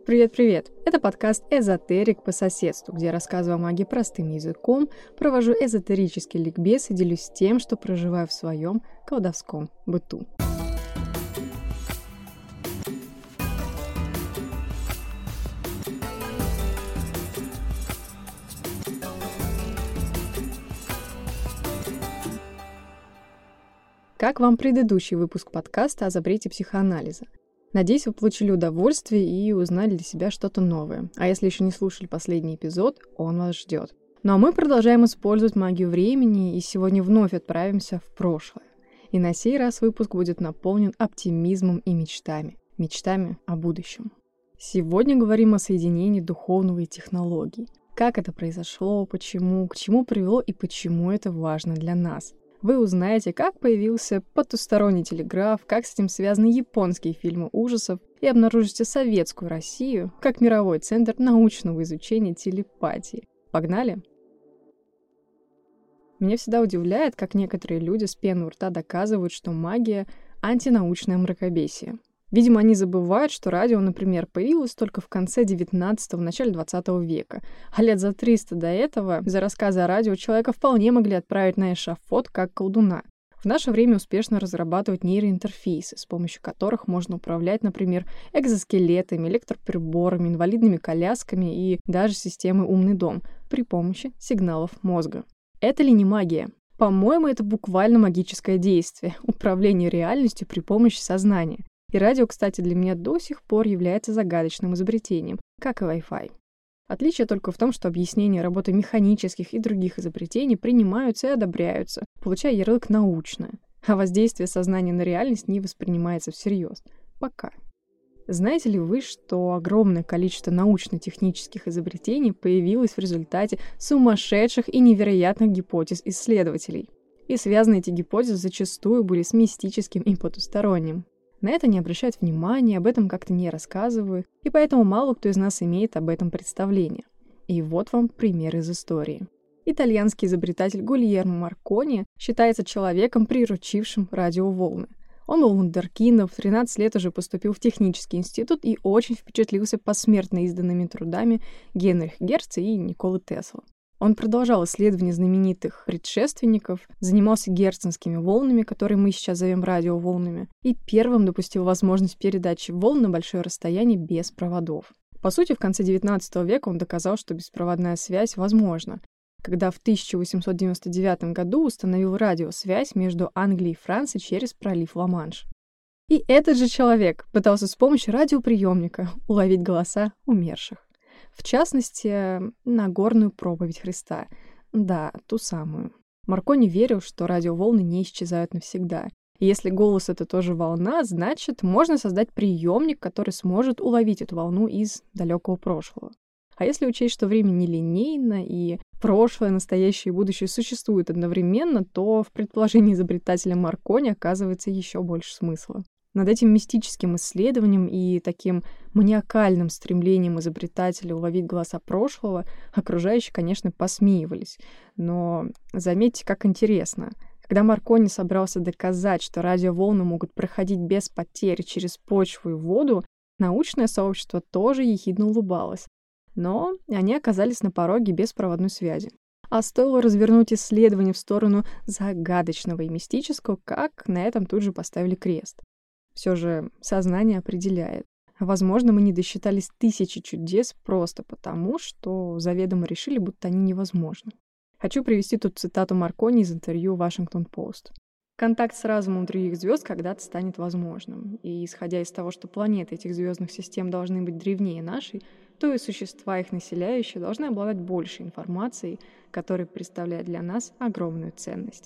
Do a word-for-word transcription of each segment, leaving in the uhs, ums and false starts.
Привет-привет! Это подкаст «Эзотерик по соседству», где я рассказываю о магии простым языком, провожу эзотерический ликбез и делюсь тем, что проживаю в своем колдовском быту. Как вам предыдущий выпуск подкаста о запрете психоанализа? Надеюсь, вы получили удовольствие и узнали для себя что-то новое. А если еще не слушали последний эпизод, он вас ждет. Ну а мы продолжаем использовать магию времени и сегодня вновь отправимся в прошлое. И на сей раз выпуск будет наполнен оптимизмом и мечтами. Мечтами о будущем. Сегодня говорим о соединении духовного и технологий. Как это произошло, почему, к чему привело и почему это важно для нас. Вы узнаете, как появился потусторонний телеграф, как с этим связаны японские фильмы ужасов, и обнаружите советскую Россию как мировой центр научного изучения телепатии. Погнали? Меня всегда удивляет, как некоторые люди с пены у рта доказывают, что магия — антинаучное мракобесие. Видимо, они забывают, что радио, например, появилось только в конце девятнадцатого, начале двадцатого века, а лет за триста до этого за рассказы о радио человека вполне могли отправить на эшафот как колдуна. В наше время успешно разрабатывают нейроинтерфейсы, с помощью которых можно управлять, например, экзоскелетами, электроприборами, инвалидными колясками и даже системой «Умный дом» при помощи сигналов мозга. Это ли не магия? По-моему, это буквально магическое действие, управление реальностью при помощи сознания. И радио, кстати, для меня до сих пор является загадочным изобретением, как и Wi-Fi. Отличие только в том, что объяснения работы механических и других изобретений принимаются и одобряются, получая ярлык «научное», а воздействие сознания на реальность не воспринимается всерьез. Пока. Знаете ли вы, что огромное количество научно-технических изобретений появилось в результате сумасшедших и невероятных гипотез исследователей? И связаны эти гипотезы зачастую были с мистическим и потусторонним. На это не обращают внимания, об этом как-то не рассказывают, и поэтому мало кто из нас имеет об этом представление. И вот вам пример из истории. Итальянский изобретатель Гульермо Маркони считается человеком, приручившим радиоволны. Он был вундеркиндом, в тринадцать лет уже поступил в технический институт и очень впечатлился посмертно изданными трудами Генриха Герца и Николы Теслы. Он продолжал исследования знаменитых предшественников, занимался герценскими волнами, которые мы сейчас зовем радиоволнами, и первым допустил возможность передачи волн на большое расстояние без проводов. По сути, в конце девятнадцатого века он доказал, что беспроводная связь возможна, когда в тысяча восемьсот девяносто девятом году установил радиосвязь между Англией и Францией через пролив Ла-Манш. И этот же человек пытался с помощью радиоприемника уловить голоса умерших. В частности, Нагорную проповедь Христа. Да, ту самую. Маркони верил, что радиоволны не исчезают навсегда. И если голос — это тоже волна, значит, можно создать приемник, который сможет уловить эту волну из далекого прошлого. А если учесть, что время нелинейно, и прошлое, настоящее и будущее существуют одновременно, то в предположении изобретателя Маркони оказывается еще больше смысла. Над этим мистическим исследованием и таким маниакальным стремлением изобретателя уловить голоса прошлого окружающие, конечно, посмеивались. Но заметьте, как интересно. Когда Маркони собрался доказать, что радиоволны могут проходить без потерь через почву и воду, научное сообщество тоже ехидно улыбалось. Но они оказались на пороге беспроводной связи. А стоило развернуть исследование в сторону загадочного и мистического, как на этом тут же поставили крест. Все же сознание определяет. Возможно, мы не досчитались тысячи чудес просто потому, что заведомо решили, будто они невозможны. Хочу привести тут цитату Маркони из интервью Washington Post. «Контакт с разумом других звезд когда-то станет возможным. И исходя из того, что планеты этих звездных систем должны быть древнее нашей, то и существа, их населяющие, должны обладать большей информацией, которая представляет для нас огромную ценность».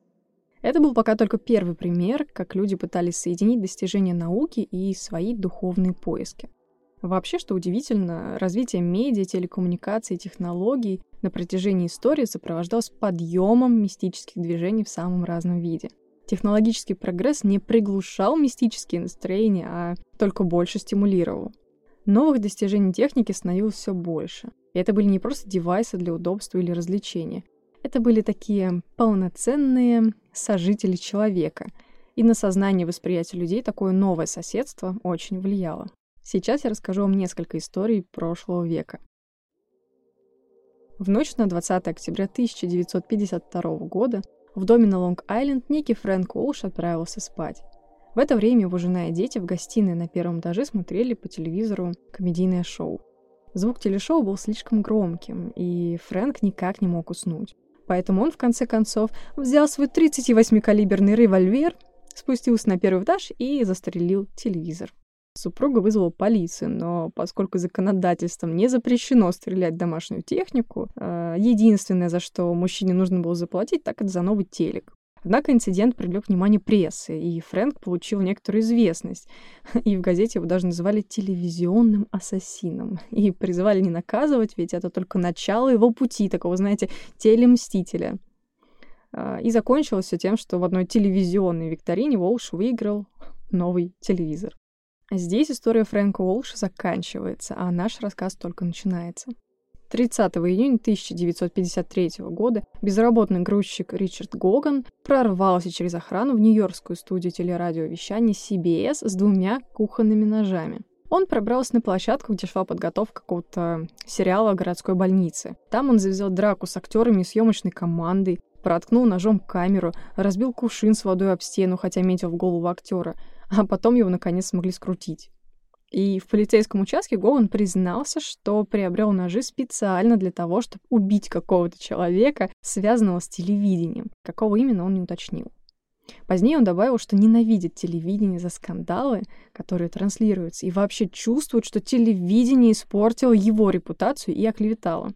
Это был пока только первый пример, как люди пытались соединить достижения науки и свои духовные поиски. Вообще, что удивительно, развитие медиа, телекоммуникаций и технологий на протяжении истории сопровождалось подъемом мистических движений в самом разном виде. Технологический прогресс не приглушал мистические настроения, а только больше стимулировал. Новых достижений техники становилось все больше. И это были не просто девайсы для удобства или развлечения. Это были такие полноценные сожители человека. И на сознание и восприятие людей такое новое соседство очень влияло. Сейчас я расскажу вам несколько историй прошлого века. В ночь на двадцатое октября тысяча девятьсот пятьдесят второго года в доме на Лонг-Айленд некий Фрэнк Уолш отправился спать. В это время его жена и дети в гостиной на первом этаже смотрели по телевизору комедийное шоу. Звук телешоу был слишком громким, и Фрэнк никак не мог уснуть. Поэтому он, в конце концов, взял свой тридцативосьмикалиберный револьвер, спустился на первый этаж и застрелил телевизор. Супруга вызвала полицию, но поскольку законодательством не запрещено стрелять в домашнюю технику, единственное, за что мужчине нужно было заплатить, так это за новый телек. Однако инцидент привлек внимание прессы, и Фрэнк получил некоторую известность. И в газете его даже называли телевизионным ассасином. И призывали не наказывать, ведь это только начало его пути, такого, знаете, телемстителя. И закончилось все тем, что в одной телевизионной викторине Уолш выиграл новый телевизор. Здесь история Фрэнка Уолша заканчивается, а наш рассказ только начинается. тридцатого июня тысяча девятьсот пятьдесят третьего года безработный грузчик Ричард Гоган прорвался через охрану в нью-йоркскую студию телерадиовещания си би эс с двумя кухонными ножами. Он пробрался на площадку, где шла подготовка какого-то сериала о городской больнице. Там он завязал драку с актерами и съемочной командой, проткнул ножом камеру, разбил кувшин с водой об стену, хотя метил в голову актера, а потом его наконец смогли скрутить. И в полицейском участке Гоган признался, что приобрел ножи специально для того, чтобы убить какого-то человека, связанного с телевидением. Какого именно, он не уточнил. Позднее он добавил, что ненавидит телевидение за скандалы, которые транслируются, и вообще чувствует, что телевидение испортило его репутацию и оклеветало.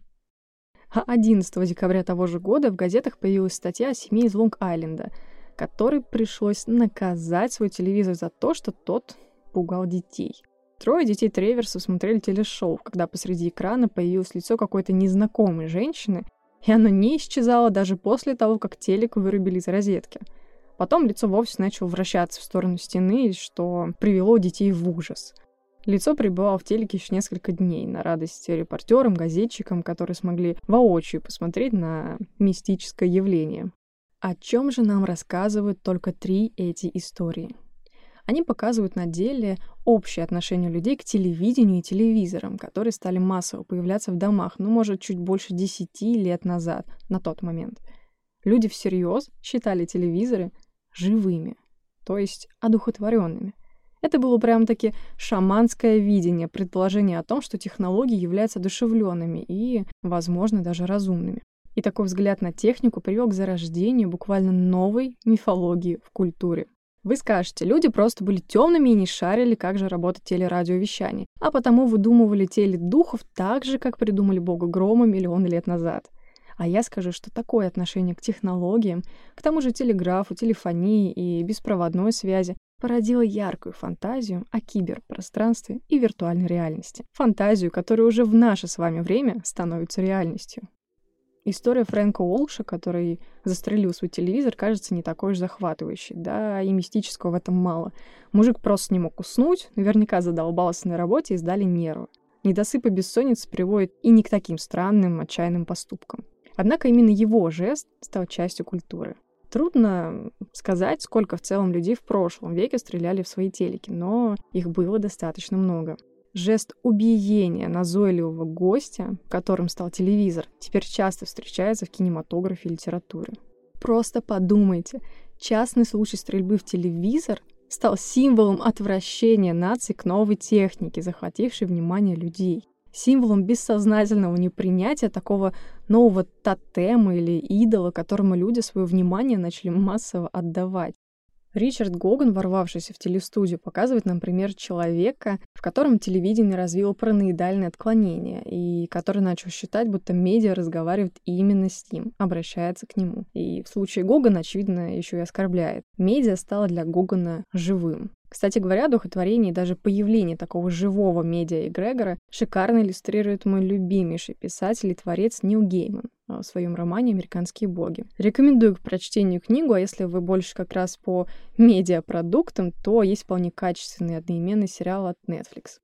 А одиннадцатого декабря того же года в газетах появилась статья о семье из Лонг-Айленда, которой пришлось наказать свой телевизор за то, что тот пугал детей. Трое детей Треверсов смотрели телешоу, когда посреди экрана появилось лицо какой-то незнакомой женщины, и оно не исчезало даже после того, как телек вырубили из розетки. Потом лицо вовсе начало вращаться в сторону стены, что привело детей в ужас. Лицо пребывало в телеке еще несколько дней, на радость репортерам, газетчикам, которые смогли воочию посмотреть на мистическое явление. О чем же нам рассказывают только три эти истории? Они показывают на деле общее отношение людей к телевидению и телевизорам, которые стали массово появляться в домах, ну, может, чуть больше десяти лет назад, на тот момент. Люди всерьез считали телевизоры живыми, то есть одухотворенными. Это было прям-таки шаманское видение, предположение о том, что технологии являются одушевленными и, возможно, даже разумными. И такой взгляд на технику привел к зарождению буквально новой мифологии в культуре. Вы скажете, люди просто были темными и не шарили, как же работает телерадиовещание, а потому выдумывали теледухов так же, как придумали бога грома миллионы лет назад. А я скажу, что такое отношение к технологиям, к тому же телеграфу, телефонии и беспроводной связи, породило яркую фантазию о киберпространстве и виртуальной реальности. Фантазию, которая уже в наше с вами время становится реальностью. История Фрэнка Уолша, который застрелил свой телевизор, кажется не такой уж захватывающей, да, и мистического в этом мало. Мужик просто не мог уснуть, наверняка задолбался на работе и сдали нервы. Недосып и бессонница приводит и не к таким странным, отчаянным поступкам. Однако именно его жест стал частью культуры. Трудно сказать, сколько в целом людей в прошлом веке стреляли в свои телеки, но их было достаточно много. Жест убиения назойливого гостя, которым стал телевизор, теперь часто встречается в кинематографе и литературе. Просто подумайте, частный случай стрельбы в телевизор стал символом отвращения нации к новой технике, захватившей внимание людей. Символом бессознательного непринятия такого нового тотема или идола, которому люди свое внимание начали массово отдавать. Ричард Гоган, ворвавшийся в телестудию, показывает нам пример человека, в котором телевидение развило параноидальное отклонение, и который начал считать, будто медиа разговаривает именно с ним, обращается к нему. И в случае Гогана, очевидно, еще и оскорбляет. Медиа стало для Гогана живым. Кстати говоря, духотворение и даже появление такого живого медиа-эгрегора шикарно иллюстрирует мой любимейший писатель и творец Нил Гейман в своем романе «Американские боги». Рекомендую к прочтению книгу, а если вы больше как раз по медиапродуктам, то есть вполне качественный одноименный сериал от Netflix.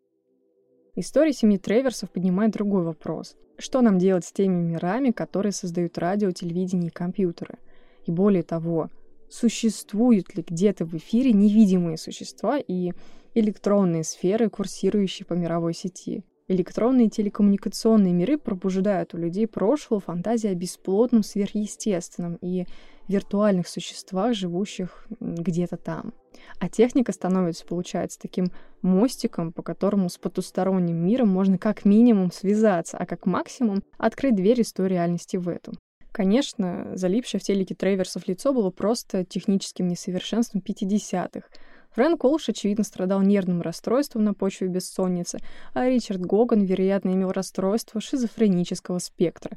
История семьи Треверсов поднимает другой вопрос. Что нам делать с теми мирами, которые создают радио, телевидение и компьютеры? И более того, существуют ли где-то в эфире невидимые существа и электронные сферы, курсирующие по мировой сети. Электронные телекоммуникационные миры пробуждают у людей прошлого фантазии о бесплотном сверхъестественном и виртуальных существах, живущих где-то там. А техника становится, получается, таким мостиком, по которому с потусторонним миром можно как минимум связаться, а как максимум открыть дверь из той реальности в эту. Конечно, залипшее в телеке Трейверсов лицо было просто техническим несовершенством пятидесятых. Фрэнк Олш, очевидно, страдал нервным расстройством на почве бессонницы, а Ричард Гоган, вероятно, имел расстройство шизофренического спектра.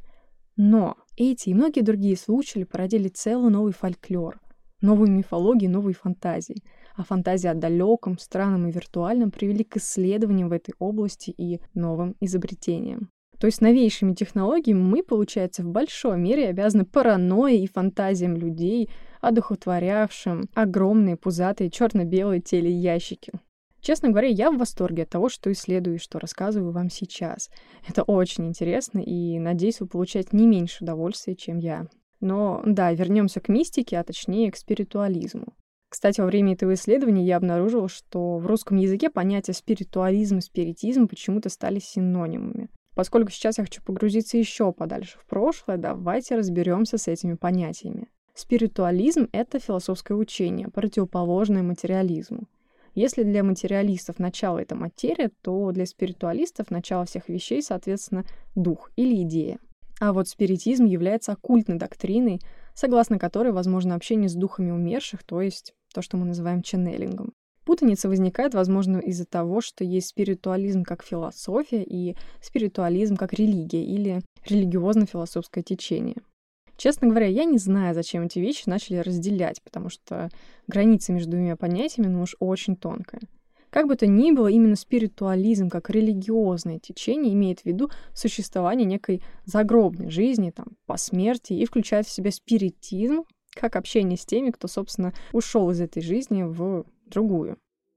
Но эти и многие другие случаи породили целый новый фольклор, новую мифологию, новые фантазии. А фантазии о далеком, странном и виртуальном привели к исследованиям в этой области и новым изобретениям. То есть новейшими технологиями мы, получается, в большой мере обязаны паранойей и фантазиям людей, одухотворявшим огромные пузатые черно-белые телеящики. Честно говоря, я в восторге от того, что исследую и что рассказываю вам сейчас. Это очень интересно, и, надеюсь, вы получаете не меньше удовольствия, чем я. Но да, вернемся к мистике, а точнее к спиритуализму. Кстати, во время этого исследования я обнаружила, что в русском языке понятия спиритуализм и спиритизм почему-то стали синонимами. Поскольку сейчас я хочу погрузиться еще подальше в прошлое, давайте разберемся с этими понятиями. Спиритуализм — это философское учение, противоположное материализму. Если для материалистов начало — это материя, то для спиритуалистов начало всех вещей, соответственно, дух или идея. А вот спиритизм является оккультной доктриной, согласно которой возможно общение с духами умерших, то есть то, что мы называем ченнелингом. Путаница возникает, возможно, из-за того, что есть спиритуализм как философия и спиритуализм как религия или религиозно-философское течение. Честно говоря, я не знаю, зачем эти вещи начали разделять, потому что граница между двумя понятиями, ну уж очень тонкая. Как бы то ни было, именно спиритуализм как религиозное течение имеет в виду существование некой загробной жизни, там, по смерти, и включает в себя спиритизм как общение с теми, кто, собственно, ушел из этой жизни в другую.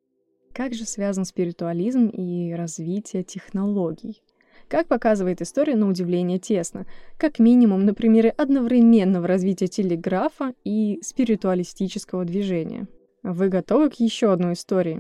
Как же связан спиритуализм и развитие технологий? Как показывает история, на удивление тесно. Как минимум на примере одновременного развития телеграфа и спиритуалистического движения. Вы готовы к еще одной истории?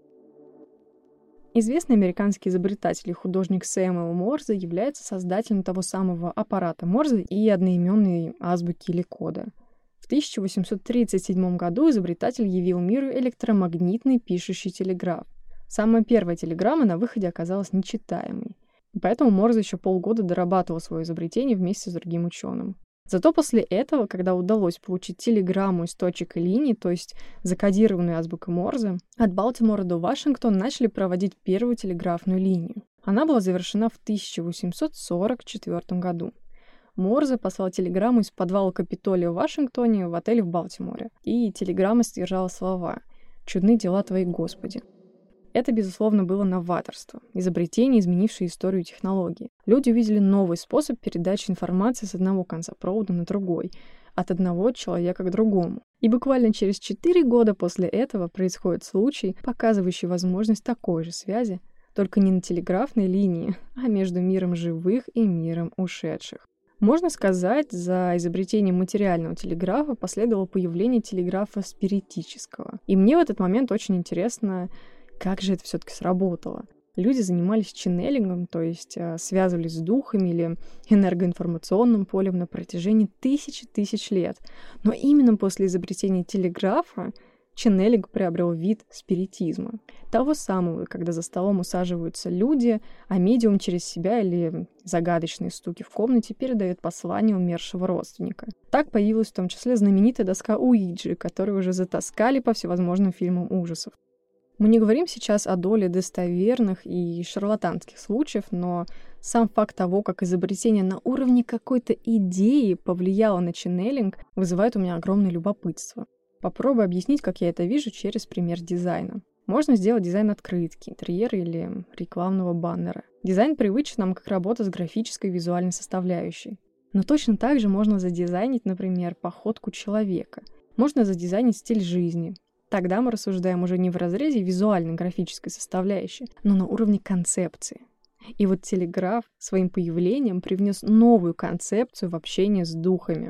Известный американский изобретатель и художник Сэмюэл Морзе является создателем того самого аппарата Морзе и одноименной азбуки или кода. В тысяча восемьсот тридцать седьмом году изобретатель явил миру электромагнитный пишущий телеграф. Самая первая телеграмма на выходе оказалась нечитаемой. Поэтому Морзе еще полгода дорабатывал свое изобретение вместе с другим ученым. Зато после этого, когда удалось получить телеграмму из точек и линий, то есть закодированную азбукой Морзе, от Балтимора до Вашингтона начали проводить первую телеграфную линию. Она была завершена в тысяча восемьсот сорок четвёртом году. Морзе послал телеграмму из подвала Капитолия в Вашингтоне в отель в Балтиморе. И телеграмма содержала слова «Чудны дела твои, Господи». Это, безусловно, было новаторство, изобретение, изменившее историю технологий. Люди увидели новый способ передачи информации с одного конца провода на другой, от одного человека к другому. И буквально через четыре года после этого происходит случай, показывающий возможность такой же связи, только не на телеграфной линии, а между миром живых и миром ушедших. Можно сказать, за изобретением материального телеграфа последовало появление телеграфа спиритического. И мне в этот момент очень интересно, как же это все-таки сработало. Люди занимались ченнелингом, то есть э, связывались с духами или энергоинформационным полем на протяжении тысячи тысяч лет. Но именно после изобретения телеграфа ченнелинг приобрел вид спиритизма. Того самого, когда за столом усаживаются люди, а медиум через себя или загадочные стуки в комнате передает послание умершего родственника. Так появилась в том числе знаменитая доска Уиджи, которую уже затаскали по всевозможным фильмам ужасов. Мы не говорим сейчас о доле достоверных и шарлатанских случаев, но сам факт того, как изобретение на уровне какой-то идеи повлияло на ченнелинг, вызывает у меня огромное любопытство. Попробую объяснить, как я это вижу, через пример дизайна. Можно сделать дизайн открытки, интерьера или рекламного баннера. Дизайн привычен нам как работа с графической и визуальной составляющей. Но точно так же можно задизайнить, например, походку человека. Можно задизайнить стиль жизни. Тогда мы рассуждаем уже не в разрезе визуальной графической составляющей, но на уровне концепции. И вот телеграф своим появлением привнес новую концепцию в общение с духами.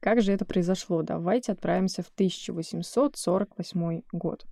Как же это произошло? Давайте отправимся в тысяча восемьсот сорок восьмой год.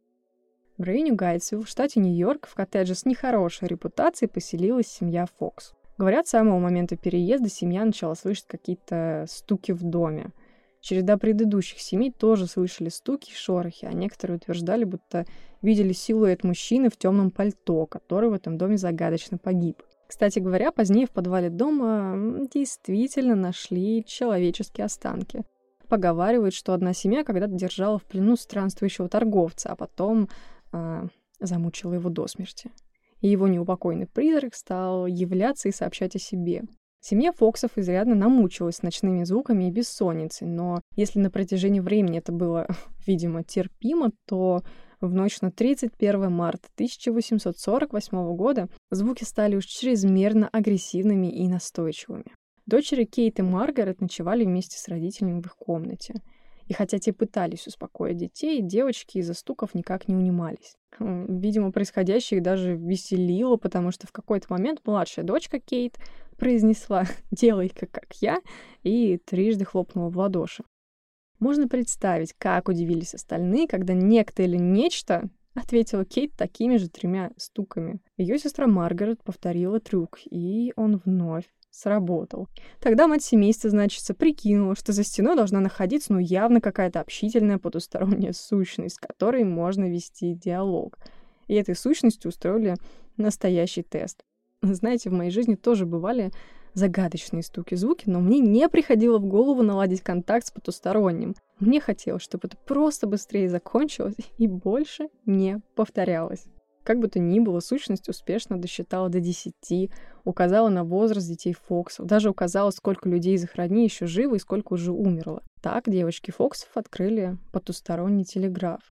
В районе Гайтсвилл в штате Нью-Йорк в коттедже с нехорошей репутацией поселилась семья Фокс. Говорят, с самого момента переезда семья начала слышать какие-то стуки в доме. Череда предыдущих семей тоже слышали стуки и шорохи, а некоторые утверждали, будто видели силуэт мужчины в темном пальто, который в этом доме загадочно погиб. Кстати говоря, позднее в подвале дома действительно нашли человеческие останки. Поговаривают, что одна семья когда-то держала в плену странствующего торговца, а потом э, замучила его до смерти. И его неупокоенный призрак стал являться и сообщать о себе. Семья Фоксов изрядно намучилась ночными звуками и бессонницей, но если на протяжении времени это было, видимо, терпимо, то в ночь на тридцать первое марта тысяча восемьсот сорок восьмого года звуки стали уж чрезмерно агрессивными и настойчивыми. Дочери Кейт и Маргарет ночевали вместе с родителями в их комнате. И хотя те пытались успокоить детей, девочки из-за стуков никак не унимались. Видимо, происходящее их даже веселило, потому что в какой-то момент младшая дочка Кейт произнесла «делай-ка, как я», и трижды хлопнула в ладоши. Можно представить, как удивились остальные, когда некто или нечто ответила Кейт такими же тремя стуками. Ее сестра Маргарет повторила трюк, и он вновь сработал. Тогда мать семейства, значит, прикинула, что за стеной должна находиться, ну, явно какая-то общительная потусторонняя сущность, с которой можно вести диалог. И этой сущностью устроили настоящий тест. Знаете, в моей жизни тоже бывали загадочные стуки-звуки, но мне не приходило в голову наладить контакт с потусторонним. Мне хотелось, чтобы это просто быстрее закончилось и больше не повторялось. Как бы то ни было, сущность успешно досчитала до десяти, указала на возраст детей Фоксов, даже указала, сколько людей из их родни еще живы и сколько уже умерло. Так девочки Фоксов открыли потусторонний телеграф.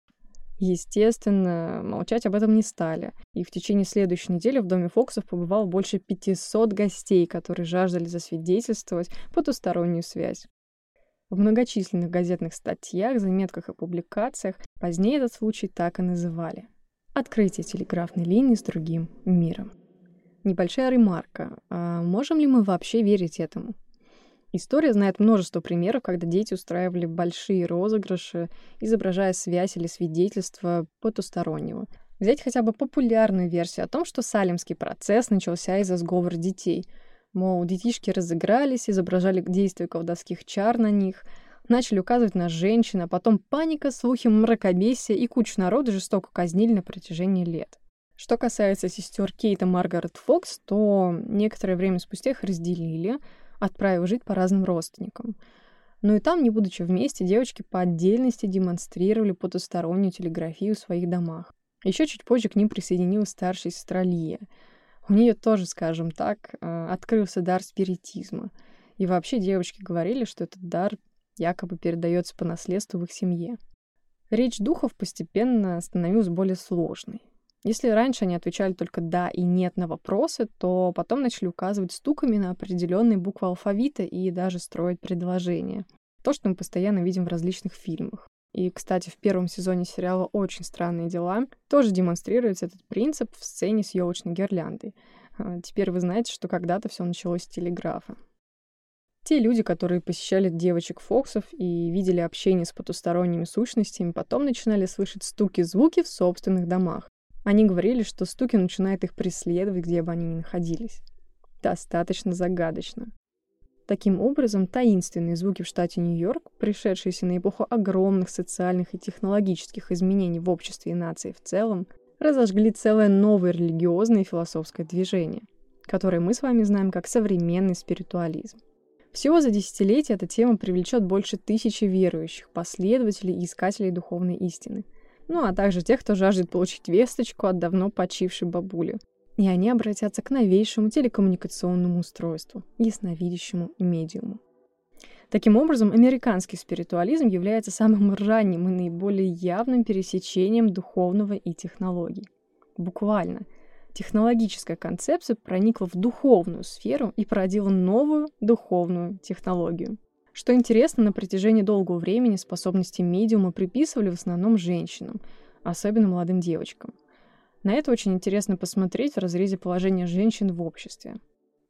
Естественно, молчать об этом не стали, и в течение следующей недели в доме Фоксов побывало больше пятисот гостей, которые жаждали засвидетельствовать потустороннюю связь. В многочисленных газетных статьях, заметках и публикациях позднее этот случай так и называли. Открытие телеграфной линии с другим миром. Небольшая ремарка. А можем ли мы вообще верить этому? История знает множество примеров, когда дети устраивали большие розыгрыши, изображая связь или свидетельство потустороннего. Взять хотя бы популярную версию о том, что Салемский процесс начался из-за сговора детей. Мол, детишки разыгрались, изображали действия колдовских чар на них, начали указывать на женщин, а потом паника, слухи, мракобесие и кучу народа жестоко казнили на протяжении лет. Что касается сестер Кейт и Маргарет Фокс, то некоторое время спустя их разделили, отправив жить по разным родственникам. Но и там, не будучи вместе, девочки по отдельности демонстрировали потустороннюю телеграфию в своих домах. Еще чуть позже к ним присоединилась старшая сестра Лия. У нее тоже, скажем так, открылся дар спиритизма. И вообще девочки говорили, что этот дар якобы передается по наследству в их семье. Речь духов постепенно становилась более сложной. Если раньше они отвечали только «да» и «нет» на вопросы, то потом начали указывать стуками на определенные буквы алфавита и даже строить предложения. То, что мы постоянно видим в различных фильмах. И, кстати, в первом сезоне сериала «Очень странные дела» тоже демонстрируется этот принцип в сцене с елочной гирляндой. Теперь вы знаете, что когда-то все началось с телеграфа. Те люди, которые посещали девочек Фоксов и видели общение с потусторонними сущностями, потом начинали слышать стуки-звуки в собственных домах. Они говорили, что стуки начинают их преследовать, где бы они ни находились. Достаточно загадочно. Таким образом, таинственные звуки в штате Нью-Йорк, пришедшиеся на эпоху огромных социальных и технологических изменений в обществе и нации в целом, разожгли целое новое религиозное и философское движение, которое мы с вами знаем как современный спиритуализм. Всего за десятилетия эта тема привлечет больше тысячи верующих, последователей и искателей духовной истины. Ну, а также тех, кто жаждет получить весточку от давно почившей бабули. И они обратятся к новейшему телекоммуникационному устройству, ясновидящему медиуму. Таким образом, американский спиритуализм является самым ранним и наиболее явным пересечением духовного и технологий. Буквально. Технологическая концепция проникла в духовную сферу и породила новую духовную технологию. Что интересно, на протяжении долгого времени способности медиума приписывали в основном женщинам, особенно молодым девочкам. На это очень интересно посмотреть в разрезе положения женщин в обществе.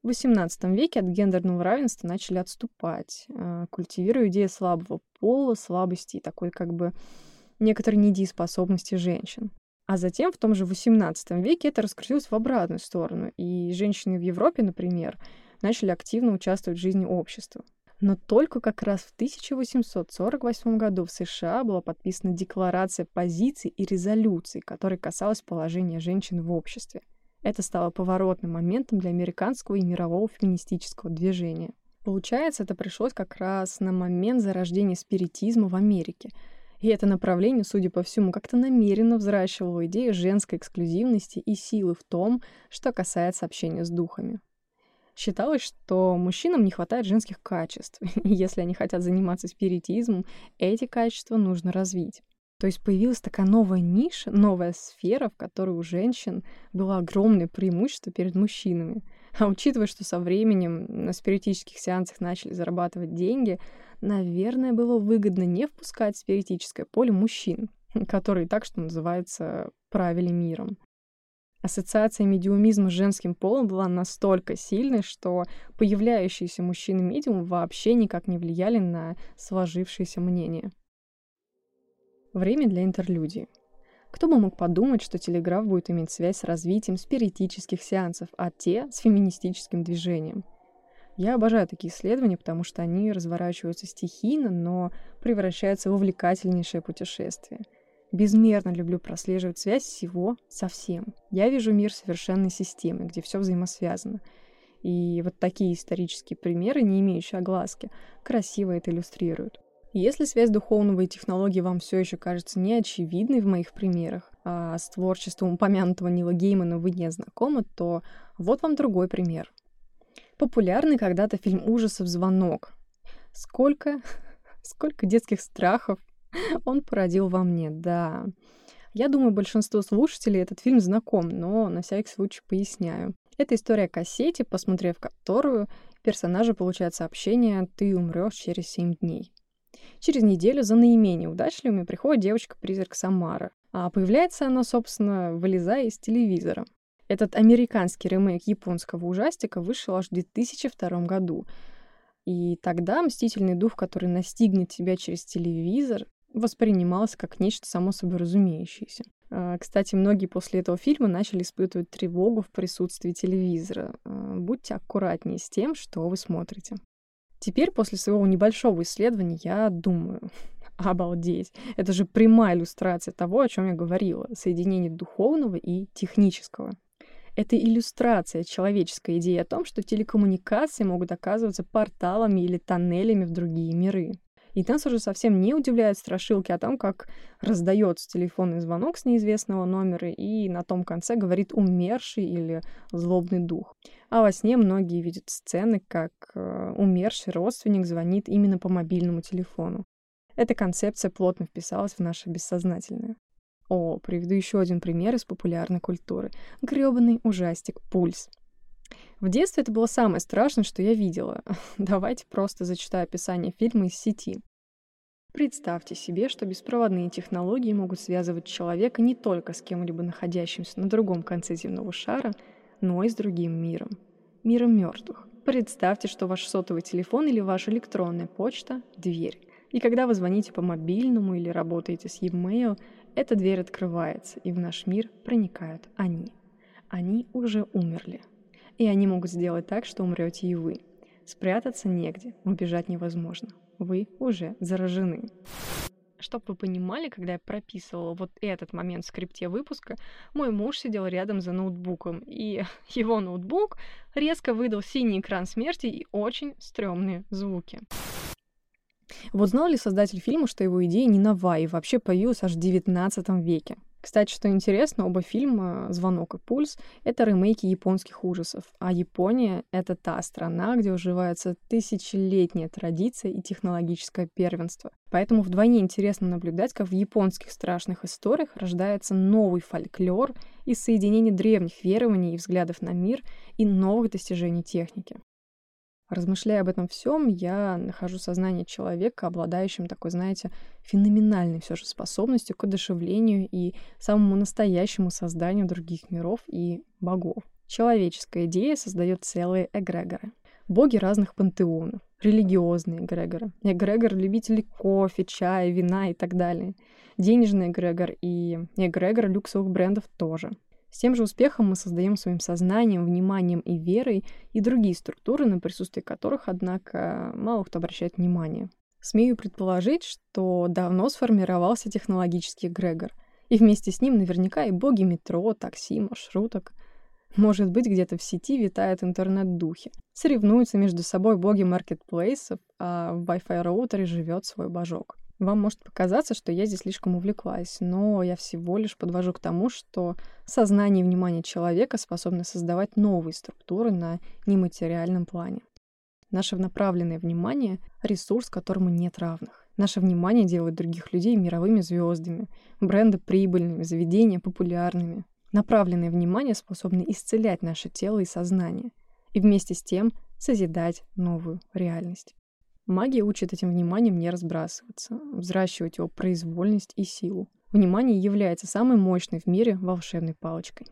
В восемнадцатом веке от гендерного равенства начали отступать, э, культивируя идею слабого пола, слабости и такой как бы некоторой недееспособности женщин. А затем в том же восемнадцатом веке это раскрутилось в обратную сторону, и женщины в Европе, например, начали активно участвовать в жизни общества. Но только как раз в тысяча восемьсот сорок восьмом году в США была подписана Декларация позиций и резолюций, которая касалась положения женщин в обществе. Это стало поворотным моментом для американского и мирового феминистического движения. Получается, это пришлось как раз на момент зарождения спиритизма в Америке. И это направление, судя по всему, как-то намеренно взращивало идею женской эксклюзивности и силы в том, что касается общения с духами. Считалось, что мужчинам не хватает женских качеств, и если они хотят заниматься спиритизмом, эти качества нужно развить. То есть появилась такая новая ниша, новая сфера, в которой у женщин было огромное преимущество перед мужчинами. А учитывая, что со временем на спиритических сеансах начали зарабатывать деньги, наверное, было выгодно не впускать в спиритическое поле мужчин, которые так, что называется, правили миром. Ассоциация медиумизма с женским полом была настолько сильной, что появляющиеся мужчины-медиумы вообще никак не влияли на сложившееся мнение. Время для интерлюдии. Кто бы мог подумать, что телеграф будет иметь связь с развитием спиритических сеансов, а те — с феминистическим движением. Я обожаю такие исследования, потому что они разворачиваются стихийно, но превращаются в увлекательнейшее путешествие. Безмерно люблю прослеживать связь всего со всем. Я вижу мир совершенной системы, где все взаимосвязано. И вот такие исторические примеры, не имеющие огласки, красиво это иллюстрируют. Если связь духовного и технологий вам все еще кажется неочевидной в моих примерах, а с творчеством упомянутого Нила Геймана вы не знакомы, то вот вам другой пример. Популярный когда-то фильм ужасов «Звонок». Сколько, сколько детских страхов он породил во мне, да. Я думаю, большинству слушателей этот фильм знаком, но на всякий случай поясняю. Это история о кассете, посмотрев которую персонажи получают сообщение «Ты умрешь через семь дней». Через неделю за наименее удачливыми приходит девочка-призрак Самара. А появляется она, собственно, вылезая из телевизора. Этот американский ремейк японского ужастика вышел аж в две тысячи втором году. И тогда мстительный дух, который настигнет тебя через телевизор, воспринимался как нечто само собой разумеющееся. Кстати, многие после этого фильма начали испытывать тревогу в присутствии телевизора. Будьте аккуратнее с тем, что вы смотрите. Теперь, после своего небольшого исследования, я думаю, обалдеть, это же прямая иллюстрация того, о чем я говорила, соединение духовного и технического. Это иллюстрация человеческой идеи о том, что телекоммуникации могут оказываться порталами или тоннелями в другие миры. И нас уже совсем не удивляют страшилки о том, как раздается телефонный звонок с неизвестного номера, и на том конце говорит умерший или злобный дух. А во сне многие видят сцены, как э, умерший родственник звонит именно по мобильному телефону. Эта концепция плотно вписалась в наше бессознательное. О, приведу еще один пример из популярной культуры. Грёбаный ужастик «Пульс». В детстве это было самое страшное, что я видела. Давайте просто зачитаю описание фильма из сети. Представьте себе, что беспроводные технологии могут связывать человека не только с кем-либо находящимся на другом конце земного шара, но и с другим миром. Миром мертвых. Представьте, что ваш сотовый телефон или ваша электронная почта — дверь. И когда вы звоните по мобильному или работаете с e-mail, эта дверь открывается, и в наш мир проникают они. Они уже умерли. И они могут сделать так, что умрете и вы. Спрятаться негде, убежать невозможно. Вы уже заражены. Чтоб вы понимали, когда я прописывала вот этот момент в скрипте выпуска, мой муж сидел рядом за ноутбуком, и его ноутбук резко выдал синий экран смерти и очень стрёмные звуки. Вот знал ли создатель фильма, что его идея не нова и вообще появилась аж в девятнадцатом веке? Кстати, что интересно, оба фильма «Звонок» и «Пульс» — это ремейки японских ужасов, а Япония — это та страна, где уживается тысячелетняя традиция и технологическое первенство. Поэтому вдвойне интересно наблюдать, как в японских страшных историях рождается новый фольклор из соединения древних верований и взглядов на мир и новых достижений техники. Размышляя об этом всем, я нахожу сознание человека, обладающим такой, знаете, феноменальной все же способностью к одушевлению и самому настоящему созданию других миров и богов. Человеческая идея создает целые эгрегоры. Боги разных пантеонов, религиозные эгрегоры, эгрегор любителей кофе, чая, вина и так далее, денежный эгрегор и эгрегор люксовых брендов тоже. С тем же успехом мы создаем своим сознанием, вниманием и верой и другие структуры, на присутствие которых, однако, мало кто обращает внимание. Смею предположить, что давно сформировался технологический эгрегор, и вместе с ним наверняка и боги метро, такси, маршруток. Может быть, где-то в сети витают интернет-духи. Соревнуются между собой боги маркетплейсов, а в Wi-Fi роутере живет свой божок. Вам может показаться, что я здесь слишком увлеклась, но я всего лишь подвожу к тому, что сознание и внимание человека способны создавать новые структуры на нематериальном плане. Наше направленное внимание — ресурс, которому нет равных. Наше внимание делает других людей мировыми звездами, бренды прибыльными, заведения популярными. Направленное внимание способно исцелять наше тело и сознание, и вместе с тем созидать новую реальность. Магия учит этим вниманием не разбрасываться, взращивать его произвольность и силу. Внимание является самой мощной в мире волшебной палочкой.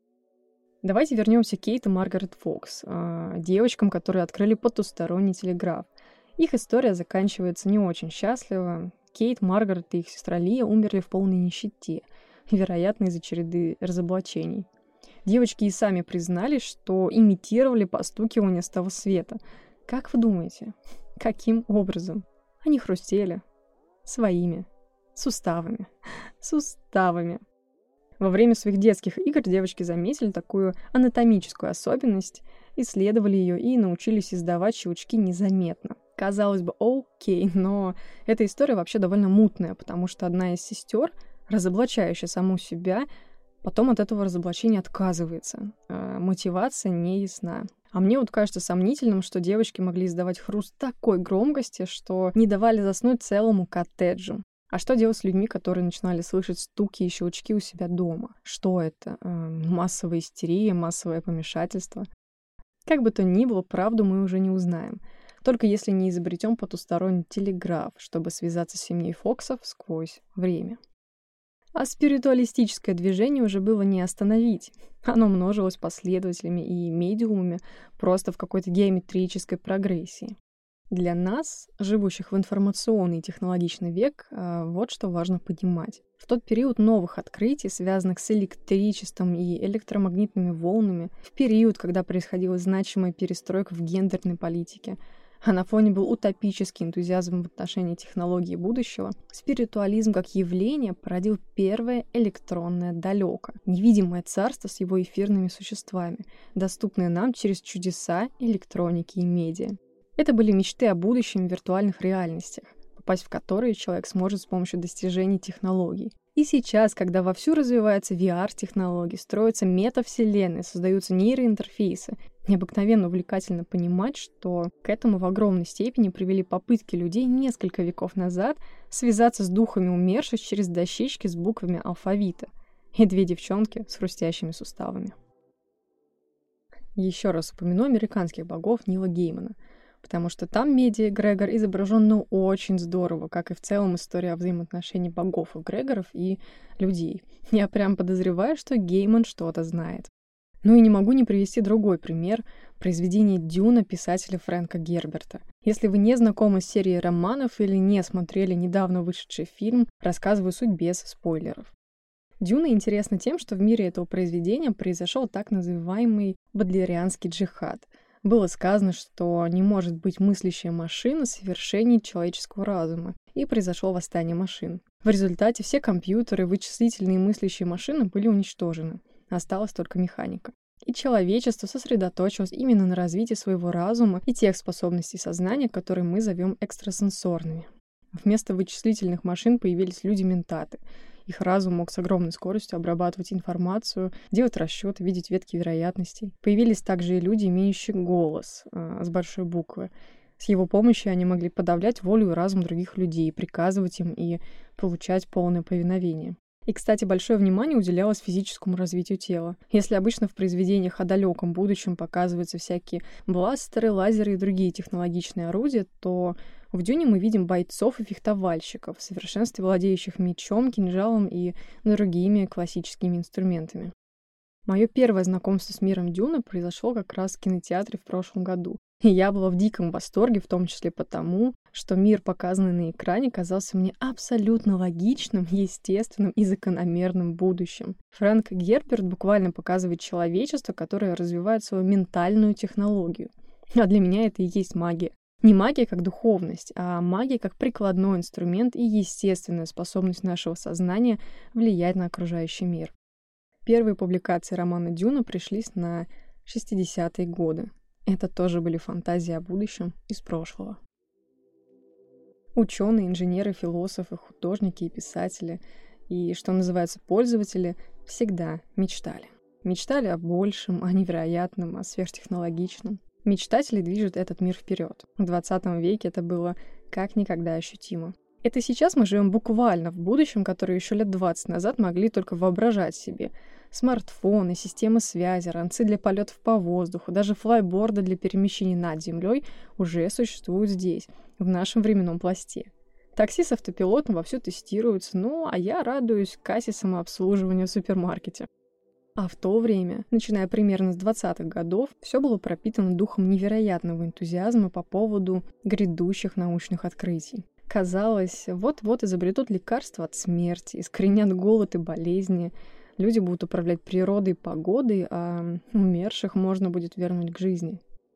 Давайте вернемся к Кейт и Маргарет Фокс, девочкам, которые открыли потусторонний телеграф. Их история заканчивается не очень счастливо. Кейт, Маргарет и их сестра Лия умерли в полной нищете, вероятно, из-за череды разоблачений. Девочки и сами признались, что имитировали постукивание с того света. Как вы думаете, каким образом? Они хрустели своими суставами. Суставами. Во время своих детских игр девочки заметили такую анатомическую особенность, исследовали ее и научились издавать щелчки незаметно. Казалось бы, окей, но эта история вообще довольно мутная, потому что одна из сестер, разоблачающая саму себя, потом от этого разоблачения отказывается. Э, мотивация не ясна. А мне вот кажется сомнительным, что девочки могли издавать хруст такой громкости, что не давали заснуть целому коттеджу. А что делать с людьми, которые начинали слышать стуки и щелчки у себя дома? Что это? Э, массовая истерия, массовое помешательство? Как бы то ни было, правду мы уже не узнаем. Только если не изобретем потусторонний телеграф, чтобы связаться с семьей Фоксов сквозь время. А спиритуалистическое движение уже было не остановить. Оно множилось последователями и медиумами просто в какой-то геометрической прогрессии. Для нас, живущих в информационный и технологичный век, вот что важно понимать. В тот период новых открытий, связанных с электричеством и электромагнитными волнами, в период, когда происходила значимая перестройка в гендерной политике, а на фоне был утопический энтузиазм в отношении технологий будущего, спиритуализм как явление породил первое электронное далеко, невидимое царство с его эфирными существами, доступное нам через чудеса электроники и медиа. Это были мечты о будущем в виртуальных реальностях, попасть в которые человек сможет с помощью достижений технологий. И сейчас, когда вовсю развиваются ви ар-технологии, строятся метавселенные, создаются нейроинтерфейсы, необыкновенно увлекательно понимать, что к этому в огромной степени привели попытки людей несколько веков назад связаться с духами умерших через дощечки с буквами алфавита и две девчонки с хрустящими суставами. Еще раз упомяну американских богов Нила Геймана, потому что там медиа-эгрегор изображен ну очень здорово, как и в целом история взаимоотношений богов-эгрегоров и людей. Я прям подозреваю, что Гейман что-то знает. Ну и не могу не привести другой пример — произведение «Дюна» писателя Фрэнка Герберта. Если вы не знакомы с серией романов или не смотрели недавно вышедший фильм, рассказываю суть без спойлеров. «Дюна» интересна тем, что в мире этого произведения произошел так называемый бодлерианский джихад. Было сказано, что не может быть мыслящая машина совершенней человеческого разума, и произошло восстание машин. В результате все компьютеры, вычислительные и мыслящие машины были уничтожены. Осталась только механика. И человечество сосредоточилось именно на развитии своего разума и тех способностей сознания, которые мы зовем экстрасенсорными. Вместо вычислительных машин появились люди-ментаты. Их разум мог с огромной скоростью обрабатывать информацию, делать расчеты, видеть ветки вероятностей. Появились также и люди, имеющие голос э, с большой буквы. С его помощью они могли подавлять волю и разум других людей, приказывать им и получать полное повиновение. И, кстати, большое внимание уделялось физическому развитию тела. Если обычно в произведениях о далеком будущем показываются всякие бластеры, лазеры и другие технологичные орудия, то в «Дюне» мы видим бойцов и фехтовальщиков, в совершенстве владеющих мечом, кинжалом и другими классическими инструментами. Мое первое знакомство с миром Дюны произошло как раз в кинотеатре в прошлом году. И я была в диком восторге, в том числе потому, что мир, показанный на экране, казался мне абсолютно логичным, естественным и закономерным будущим. Фрэнк Герберт буквально показывает человечество, которое развивает свою ментальную технологию. А для меня это и есть магия. Не магия как духовность, а магия как прикладной инструмент и естественная способность нашего сознания влиять на окружающий мир. Первые публикации романа «Дюна» пришлись на шестидесятые годы. Это тоже были фантазии о будущем из прошлого. Ученые, инженеры, философы, художники и писатели, и, что называется, пользователи, всегда мечтали. Мечтали о большем, о невероятном, о сверхтехнологичном. Мечтатели движут этот мир вперед. В двадцатом веке это было как никогда ощутимо. Это сейчас мы живем буквально в будущем, которое еще лет двадцать назад могли только воображать себе. Смартфоны, системы связи, ранцы для полетов по воздуху, даже флайборды для перемещений над землей уже существуют здесь, в нашем временном пласте. Такси с автопилотом вовсю тестируются, ну а я радуюсь кассе самообслуживания в супермаркете. А в то время, начиная примерно с двадцатых годов, все было пропитано духом невероятного энтузиазма по поводу грядущих научных открытий. Казалось, вот-вот изобретут лекарства от смерти, искоренят голод и болезни, люди будут управлять природой и погодой, а умерших можно будет вернуть к жизни.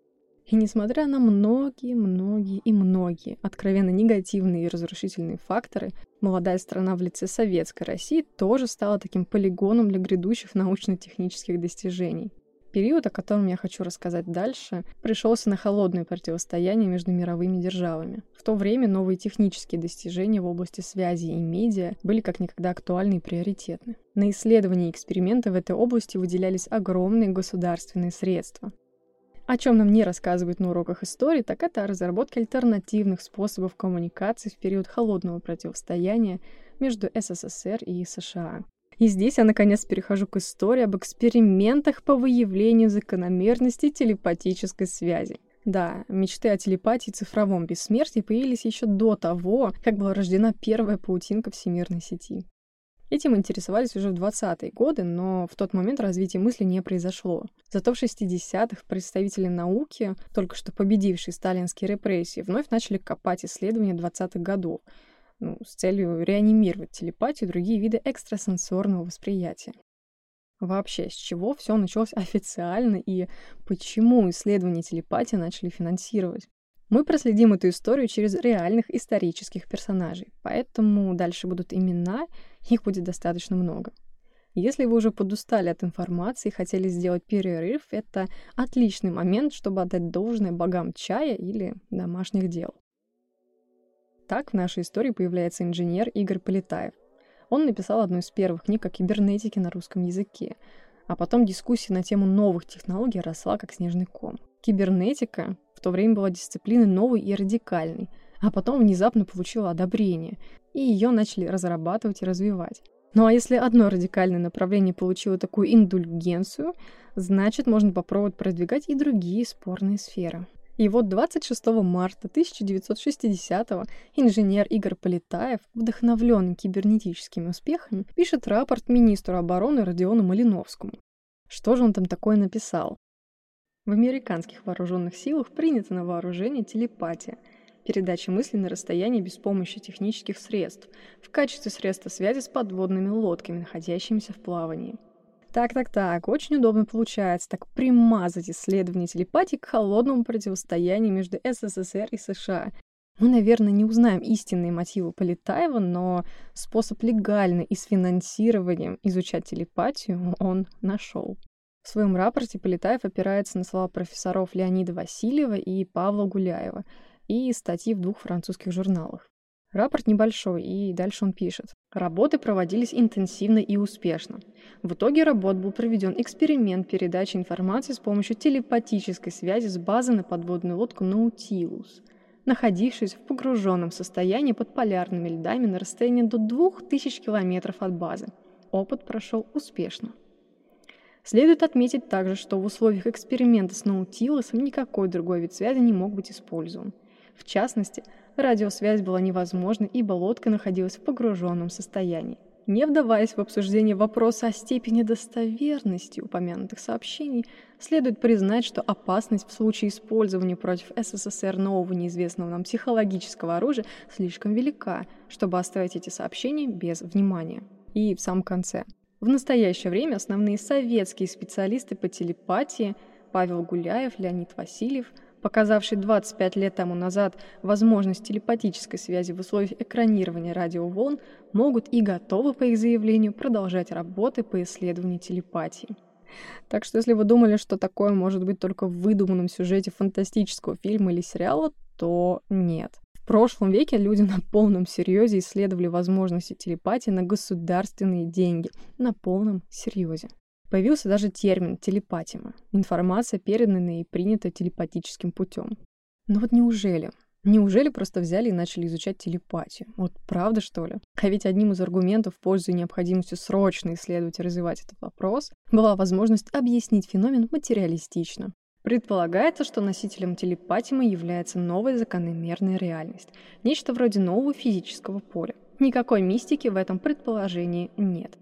И несмотря на многие-многие и многие откровенно негативные и разрушительные факторы, молодая страна в лице Советской России тоже стала таким полигоном для грядущих научно-технических достижений. Период, о котором я хочу рассказать дальше, пришелся на холодное противостояние между мировыми державами. В то время новые технические достижения в области связи и медиа были как никогда актуальны и приоритетны. На исследования и эксперименты в этой области выделялись огромные государственные средства. О чем нам не рассказывают на уроках истории, так это о разработке альтернативных способов коммуникации в период холодного противостояния между СССР и США. И здесь я наконец перехожу к истории об экспериментах по выявлению закономерностей телепатической связи. Да, мечты о телепатии и цифровом бессмертии появились еще до того, как была рождена первая паутинка всемирной сети. Этим интересовались уже в двадцатые годы, но в тот момент развитие мысли не произошло. Зато в шестидесятых представители науки, только что победившие сталинские репрессии, вновь начали копать исследования двадцатых годов, ну, с целью реанимировать телепатию и другие виды экстрасенсорного восприятия. Вообще, с чего все началось официально и почему исследования телепатии начали финансировать? Мы проследим эту историю через реальных исторических персонажей, поэтому дальше будут имена, их будет достаточно много. Если вы уже подустали от информации и хотели сделать перерыв, это отличный момент, чтобы отдать должное богам чая или домашних дел. Так в нашей истории появляется инженер Игорь Полетаев. Он написал одну из первых книг о кибернетике на русском языке, а потом дискуссия на тему новых технологий росла как снежный ком. Кибернетика в то время была дисциплиной новой и радикальной, а потом внезапно получила одобрение, и ее начали разрабатывать и развивать. Ну а если одно радикальное направление получило такую индульгенцию, значит можно попробовать продвигать и другие спорные сферы. И вот двадцать шестого марта тысяча девятьсот шестидесятого инженер Игорь Полетаев, вдохновленный кибернетическими успехами, пишет рапорт министру обороны Родиону Малиновскому. Что же он там такое написал? В американских вооруженных силах принята на вооружение телепатия, передача мысли на расстоянии без помощи технических средств, в качестве средства связи с подводными лодками, находящимися в плавании. Так-так-так, очень удобно получается так примазать исследование телепатии к холодному противостоянию между СССР и США. Мы, наверное, не узнаем истинные мотивы Полетаева, но способ легально и с финансированием изучать телепатию он нашел. В своем рапорте Полетаев опирается на слова профессоров Леонида Васильева и Павла Гуляева и статьи в двух французских журналах. Рапорт небольшой, и дальше он пишет. Работы проводились интенсивно и успешно. В итоге работ был проведен эксперимент передачи информации с помощью телепатической связи с базы на подводную лодку «Наутилус», находившуюся в погруженном состоянии под полярными льдами на расстоянии до двух тысяч километров от базы. Опыт прошел успешно. Следует отметить также, что в условиях эксперимента с «Наутилусом» никакой другой вид связи не мог быть использован. В частности, радиосвязь была невозможна, ибо лодка находилась в погруженном состоянии. Не вдаваясь в обсуждение вопроса о степени достоверности упомянутых сообщений, следует признать, что опасность в случае использования против СССР нового неизвестного нам психологического оружия слишком велика, чтобы оставить эти сообщения без внимания. И в самом конце. В настоящее время основные советские специалисты по телепатии Павел Гуляев, Леонид Васильев, показавший двадцать пять лет тому назад возможность телепатической связи в условиях экранирования радиоволн, могут и готовы, по их заявлению, продолжать работы по исследованию телепатии. Так что если вы думали, что такое может быть только в выдуманном сюжете фантастического фильма или сериала, то нет. В прошлом веке люди на полном серьезе исследовали возможности телепатии на государственные деньги. На полном серьезе. Появился даже термин «телепатима» — информация, переданная и принята телепатическим путем. Но вот неужели? Неужели просто взяли и начали изучать телепатию? Вот правда, что ли? А ведь одним из аргументов в пользу необходимости срочно исследовать и развивать этот вопрос была возможность объяснить феномен материалистично. Предполагается, что носителем телепатимы является новая закономерная реальность, нечто вроде нового физического поля. Никакой мистики в этом предположении нет.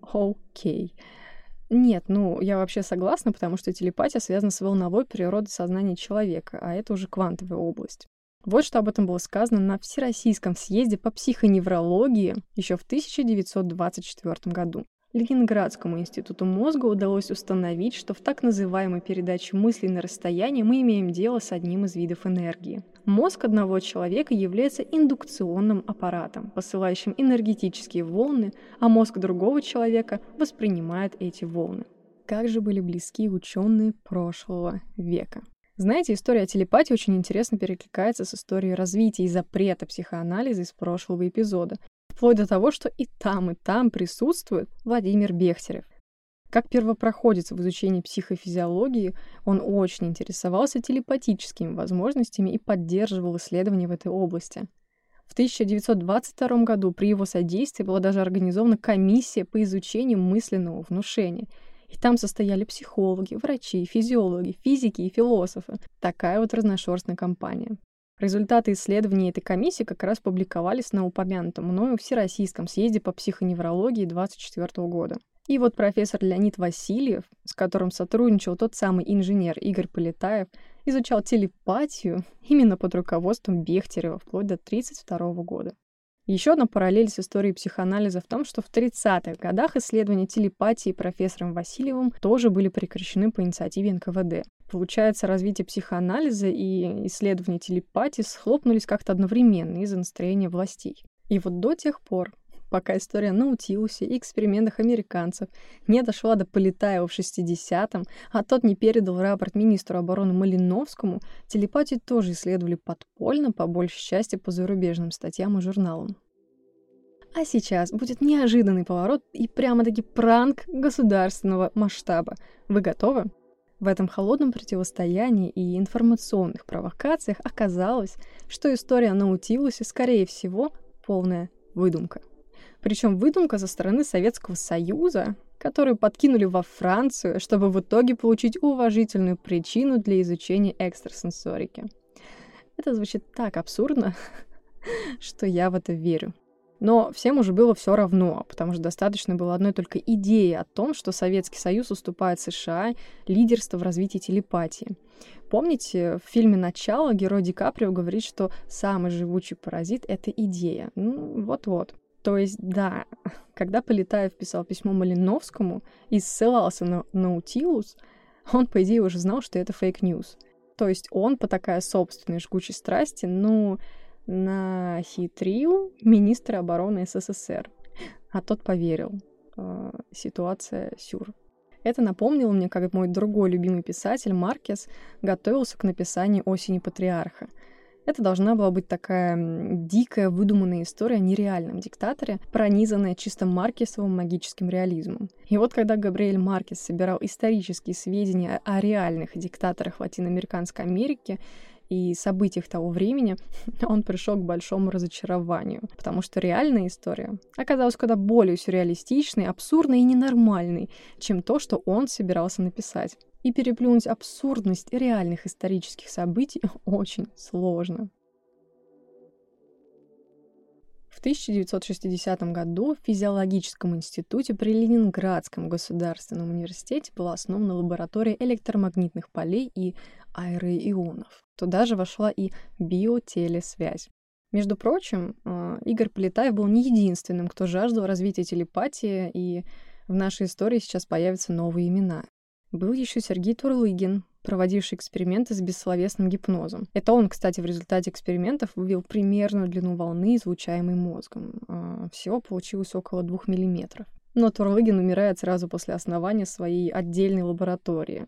Окей. Нет, ну, я вообще согласна, потому что телепатия связана с волновой природой сознания человека, а это уже квантовая область. Вот что об этом было сказано на Всероссийском съезде по психоневрологии еще в тысяча девятьсот двадцать четвёртом году. Ленинградскому институту мозга удалось установить, что в так называемой передаче мыслей на расстоянии мы имеем дело с одним из видов энергии. Мозг одного человека является индукционным аппаратом, посылающим энергетические волны, а мозг другого человека воспринимает эти волны. Как же были близки ученые прошлого века. Знаете, история телепатии очень интересно перекликается с историей развития и запрета психоанализа из прошлого эпизода. Вплоть до того, что и там, и там присутствует Владимир Бехтерев. Как первопроходец в изучении психофизиологии, он очень интересовался телепатическими возможностями и поддерживал исследования в этой области. В тысяча девятьсот двадцать втором году при его содействии была даже организована комиссия по изучению мысленного внушения. И там состояли психологи, врачи, физиологи, физики и философы. Такая вот разношерстная компания. Результаты исследований этой комиссии как раз публиковались на упомянутом мною Всероссийском съезде по психоневрологии двадцать четвёртого года. И вот профессор Леонид Васильев, с которым сотрудничал тот самый инженер Игорь Полетаев, изучал телепатию именно под руководством Бехтерева вплоть до тридцать второго года. Еще одна параллель с историей психоанализа в том, что в тридцатых годах исследования телепатии профессором Васильевым тоже были прекращены по инициативе эн ка вэ дэ. Получается, развитие психоанализа и исследования телепатии схлопнулись как-то одновременно из-за настроения властей. И вот до тех пор, пока история о Наутилусе и экспериментах американцев не дошла до Полетаева в шестидесятом, а тот не передал рапорт министру обороны Малиновскому, телепатию тоже исследовали подпольно, по большей части по зарубежным статьям и журналам. А сейчас будет неожиданный поворот и прямо-таки пранк государственного масштаба. Вы готовы? В этом холодном противостоянии и информационных провокациях оказалось, что история о Наутилусе, скорее всего, полная выдумка. Причем выдумка со стороны Советского Союза, которую подкинули во Францию, чтобы в итоге получить уважительную причину для изучения экстрасенсорики. Это звучит так абсурдно, что я в это верю. Но всем уже было все равно, потому что достаточно было одной только идеи о том, что Советский Союз уступает США лидерство в развитии телепатии. Помните, в фильме «Начало» герой Ди Каприо говорит, что самый живучий паразит — это идея. Ну, вот-вот. То есть, да, когда Полетаев писал письмо Малиновскому и ссылался на Наутилус, он, по идее, уже знал, что это фейк-ньюс. То есть он, по такой собственной жгучей страсти, ну, нахитрил министра обороны эс эс эс эр. А тот поверил. Э, ситуация сюр. Это напомнило мне, как мой другой любимый писатель Маркес готовился к написанию «Осени патриарха». Это должна была быть такая дикая, выдуманная история о нереальном диктаторе, пронизанная чисто маркесовым магическим реализмом. И вот когда Габриэль Маркес собирал исторические сведения о реальных диктаторах Латиноамериканской Америки и событиях того времени, он пришел к большому разочарованию, потому что реальная история оказалась куда более сюрреалистичной, абсурдной и ненормальной, чем то, что он собирался написать. И переплюнуть абсурдность реальных исторических событий очень сложно. В тысяча девятьсот шестидесятом году в Физиологическом институте при Ленинградском государственном университете была основана лаборатория электромагнитных полей и аэроионов. Туда же вошла и биотелесвязь. Между прочим, Игорь Полетаев был не единственным, кто жаждал развития телепатии, и в нашей истории сейчас появятся новые имена. Был еще Сергей Турлыгин, проводивший эксперименты с бессловесным гипнозом. Это он, кстати, в результате экспериментов вывел примерную длину волны, излучаемой мозгом. Всего получилось около двух миллиметров. Но Турлыгин умирает сразу после основания своей отдельной лаборатории.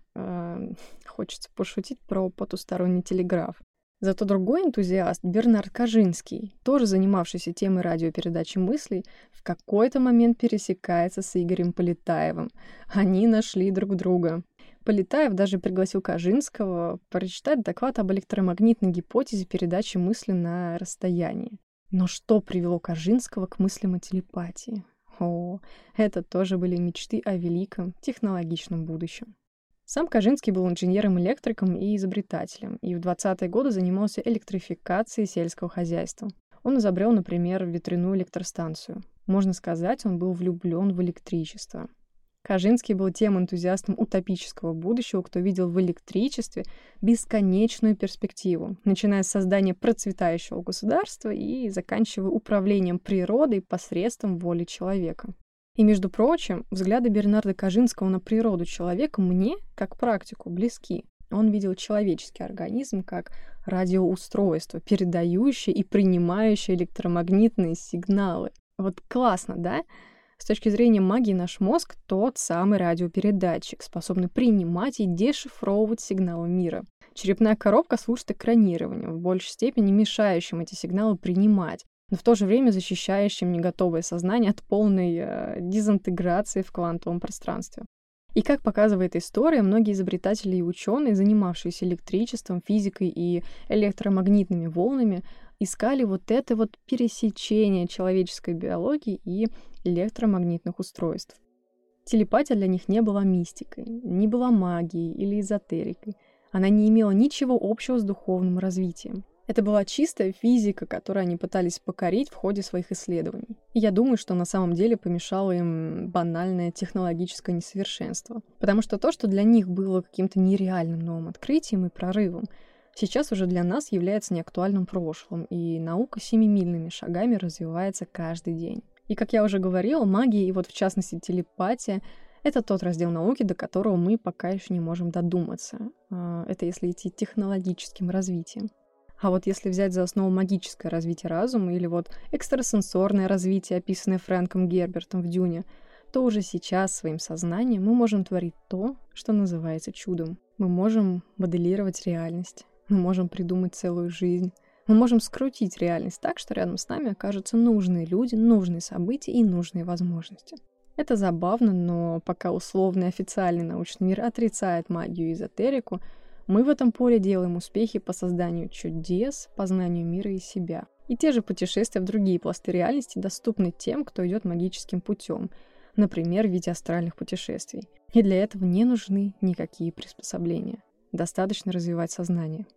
Хочется пошутить про потусторонний телеграф. Зато другой энтузиаст, Бернард Кажинский, тоже занимавшийся темой радиопередачи мыслей, в какой-то момент пересекается с Игорем Полетаевым. Они нашли друг друга. Полетаев даже пригласил Кажинского прочитать доклад об электромагнитной гипотезе передачи мысли на расстоянии. Но что привело Кажинского к мыслям о телепатии? О, это тоже были мечты о великом технологичном будущем. Сам Кажинский был инженером-электриком и изобретателем, и в двадцатые годы занимался электрификацией сельского хозяйства. Он изобрел, например, ветряную электростанцию. Можно сказать, он был влюблен в электричество. Кажинский был тем энтузиастом утопического будущего, кто видел в электричестве бесконечную перспективу, начиная с создания процветающего государства и заканчивая управлением природой посредством воли человека. И, между прочим, взгляды Бернарда Кажинского на природу человека мне, как практику, близки. Он видел человеческий организм как радиоустройство, передающее и принимающее электромагнитные сигналы. Вот классно, да? С точки зрения магии наш мозг — тот самый радиопередатчик, способный принимать и дешифровывать сигналы мира. Черепная коробка служит экранированием, в большей степени мешающим эти сигналы принимать, но в то же время защищающим неготовое сознание от полной э, дезинтеграции в квантовом пространстве. И как показывает история, многие изобретатели и ученые, занимавшиеся электричеством, физикой и электромагнитными волнами, искали вот это вот пересечение человеческой биологии и электромагнитных устройств. Телепатия для них не была мистикой, не была магией или эзотерикой. Она не имела ничего общего с духовным развитием. Это была чистая физика, которую они пытались покорить в ходе своих исследований. И я думаю, что на самом деле помешало им банальное технологическое несовершенство. Потому что то, что для них было каким-то нереальным новым открытием и прорывом, сейчас уже для нас является неактуальным прошлым, и наука семимильными шагами развивается каждый день. И, как я уже говорила, магия и вот в частности телепатия — это тот раздел науки, до которого мы пока еще не можем додуматься. Это если идти технологическим развитием. А вот если взять за основу магическое развитие разума или вот экстрасенсорное развитие, описанное Фрэнком Гербертом в «Дюне», то уже сейчас своим сознанием мы можем творить то, что называется чудом. Мы можем моделировать реальность, мы можем придумать целую жизнь, мы можем скрутить реальность так, что рядом с нами окажутся нужные люди, нужные события и нужные возможности. Это забавно, но пока условный официальный научный мир отрицает магию и эзотерику, мы в этом поле делаем успехи по созданию чудес, познанию мира и себя. И те же путешествия в другие пласты реальности доступны тем, кто идет магическим путем, например, в виде астральных путешествий. И для этого не нужны никакие приспособления. Достаточно развивать сознание.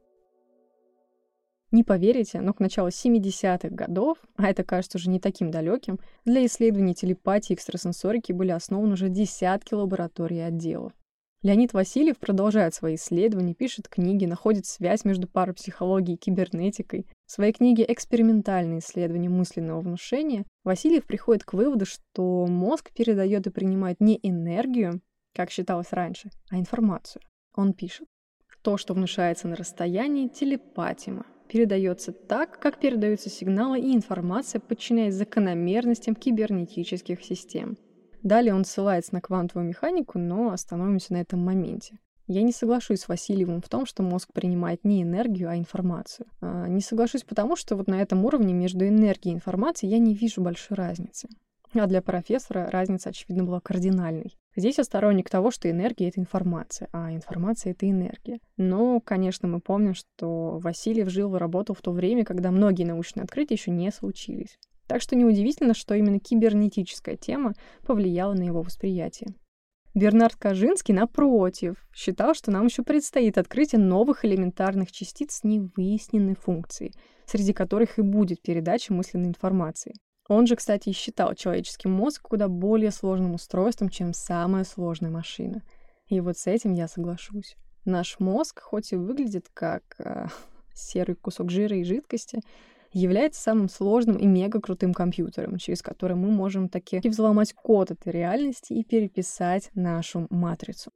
Не поверите, но к началу семидесятых годов, а это кажется уже не таким далеким, для исследований телепатии и экстрасенсорики были основаны уже десятки лабораторий и отделов. Леонид Васильев продолжает свои исследования, пишет книги, находит связь между парапсихологией и кибернетикой. В своей книге «Экспериментальные исследования мысленного внушения» Васильев приходит к выводу, что мозг передает и принимает не энергию, как считалось раньше, а информацию. Он пишет: «То, что внушается на расстоянии, телепатимо, передается так, как передаются сигналы и информация, подчиняясь закономерностям кибернетических систем». Далее он ссылается на квантовую механику, но остановимся на этом моменте. Я не соглашусь с Васильевым в том, что мозг принимает не энергию, а информацию. Не соглашусь потому, что вот на этом уровне между энергией и информацией я не вижу большой разницы. А для профессора разница, очевидно, была кардинальной. Здесь я сторонник того, что энергия — это информация, а информация — это энергия. Но, конечно, мы помним, что Васильев жил и работал в то время, когда многие научные открытия еще не случились. Так что неудивительно, что именно кибернетическая тема повлияла на его восприятие. Бернард Кажинский, напротив, считал, что нам еще предстоит открытие новых элементарных частиц с невыясненной функцией, среди которых и будет передача мысленной информации. Он же, кстати, и считал человеческий мозг куда более сложным устройством, чем самая сложная машина. И вот с этим я соглашусь. Наш мозг, хоть и выглядит как э, серый кусок жира и жидкости, является самым сложным и мега крутым компьютером, через который мы можем таки взломать код этой реальности и переписать нашу матрицу.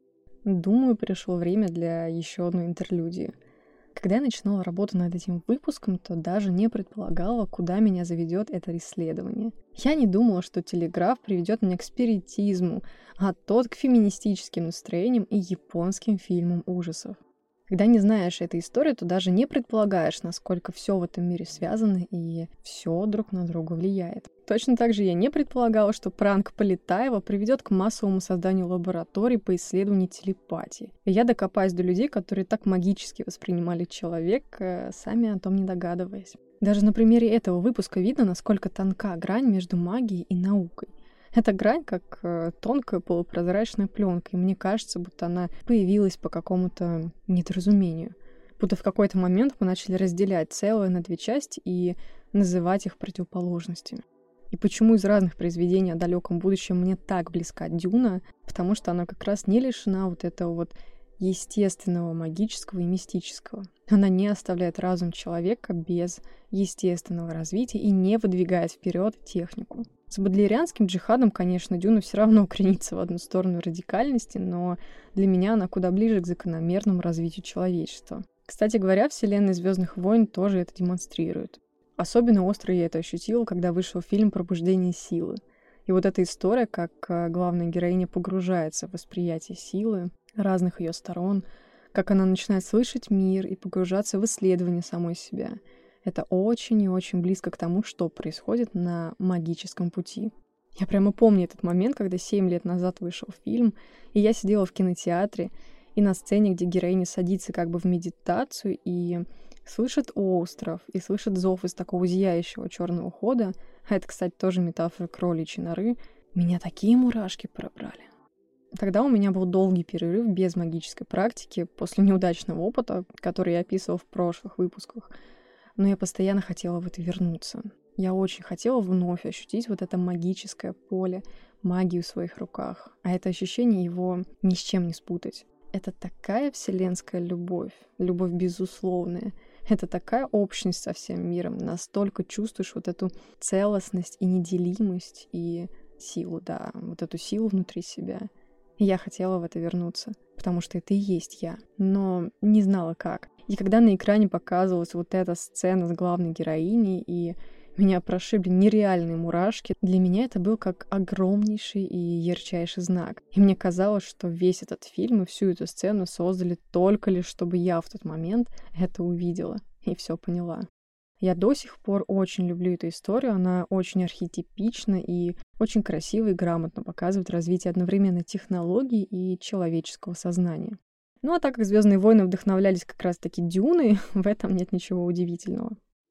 Думаю, пришло время для еще одной интерлюдии. Когда я начинала работу над этим выпуском, то даже не предполагала, куда меня заведет это исследование. Я не думала, что телеграф приведет меня к спиритизму, а тот к феминистическим настроениям и японским фильмам ужасов. Когда не знаешь этой истории, то даже не предполагаешь, насколько все в этом мире связано и все друг на друга влияет. Точно так же я не предполагала, что пранк Полетаева приведет к массовому созданию лабораторий по исследованию телепатии. И я докопаюсь до людей, которые так магически воспринимали человека, сами о том не догадываясь. Даже на примере этого выпуска видно, насколько тонка грань между магией и наукой. Эта грань как э, тонкая полупрозрачная пленка, и мне кажется, будто она появилась по какому-то недоразумению. Будто в какой-то момент мы начали разделять целое на две части и называть их противоположностями. И почему из разных произведений о далеком будущем мне так близка Дюна? Потому что она как раз не лишена вот этого вот естественного, магического и мистического. Она не оставляет разум человека без естественного развития и не выдвигает вперед технику. С бодлерианским джихадом, конечно, Дюна все равно кренится в одну сторону радикальности, но для меня она куда ближе к закономерному развитию человечества. Кстати говоря, вселенная «Звездных войн» тоже это демонстрирует. Особенно остро я это ощутила, когда вышел фильм «Пробуждение силы». И вот эта история, как главная героиня погружается в восприятие силы, разных ее сторон, как она начинает слышать мир и погружаться в исследование самой себя. Это очень и очень близко к тому, что происходит на магическом пути. Я прямо помню этот момент, когда семь лет назад вышел фильм, и я сидела в кинотеатре, и на сцене, где героиня садится как бы в медитацию и слышит остров, и слышит зов из такого зияющего черного хода, а это, кстати, тоже метафора кроличьей норы, меня такие мурашки пробрали. Тогда у меня был долгий перерыв без магической практики после неудачного опыта, который я описывала в прошлых выпусках. Но я постоянно хотела в это вернуться. Я очень хотела вновь ощутить вот это магическое поле, магию в своих руках. А это ощущение его ни с чем не спутать. Это такая вселенская любовь, любовь безусловная. Это такая общность со всем миром. Настолько чувствуешь вот эту целостность и неделимость, и силу, да, вот эту силу внутри себя. И я хотела в это вернуться, потому что это и есть я, но не знала как. И когда на экране показывалась вот эта сцена с главной героиней, и меня прошибли нереальные мурашки, для меня это был как огромнейший и ярчайший знак. И мне казалось, что весь этот фильм и всю эту сцену создали только лишь, чтобы я в тот момент это увидела и все поняла. Я до сих пор очень люблю эту историю, она очень архетипична и очень красиво и грамотно показывает развитие одновременно технологий и человеческого сознания. Ну а так как «Звездные войны» вдохновлялись как раз-таки Дюной, в этом нет ничего удивительного.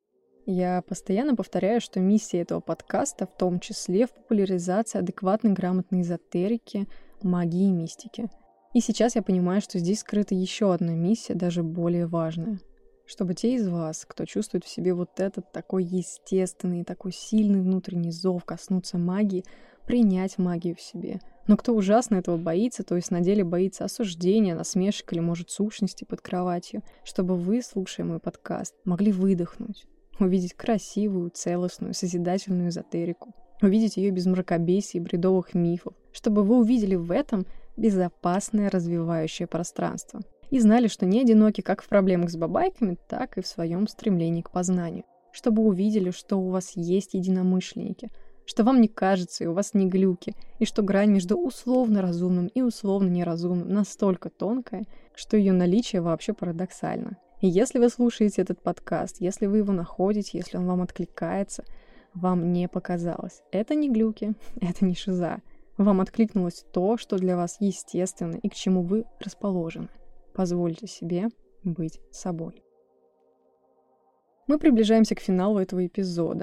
Я постоянно повторяю, что миссия этого подкаста в том числе в популяризации адекватной грамотной эзотерики, магии и мистики. И сейчас я понимаю, что здесь скрыта еще одна миссия, даже более важная. Чтобы те из вас, кто чувствует в себе вот этот такой естественный, такой сильный внутренний зов коснуться магии, принять магию в себе. Но кто ужасно этого боится, то есть на деле боится осуждения, насмешек или, может, сущности под кроватью, чтобы вы, слушая мой подкаст, могли выдохнуть, увидеть красивую, целостную, созидательную эзотерику, увидеть ее без мракобесия и бредовых мифов, чтобы вы увидели в этом безопасное развивающее пространство. И знали, что не одиноки как в проблемах с бабайками, так и в своем стремлении к познанию. Чтобы увидели, что у вас есть единомышленники, что вам не кажется и у вас не глюки, и что грань между условно разумным и условно неразумным настолько тонкая, что ее наличие вообще парадоксально. И если вы слушаете этот подкаст, если вы его находите, если он вам откликается, вам не показалось. Это не глюки, это не шиза. Вам откликнулось то, что для вас естественно и к чему вы расположены. Позвольте себе быть собой. Мы приближаемся к финалу этого эпизода.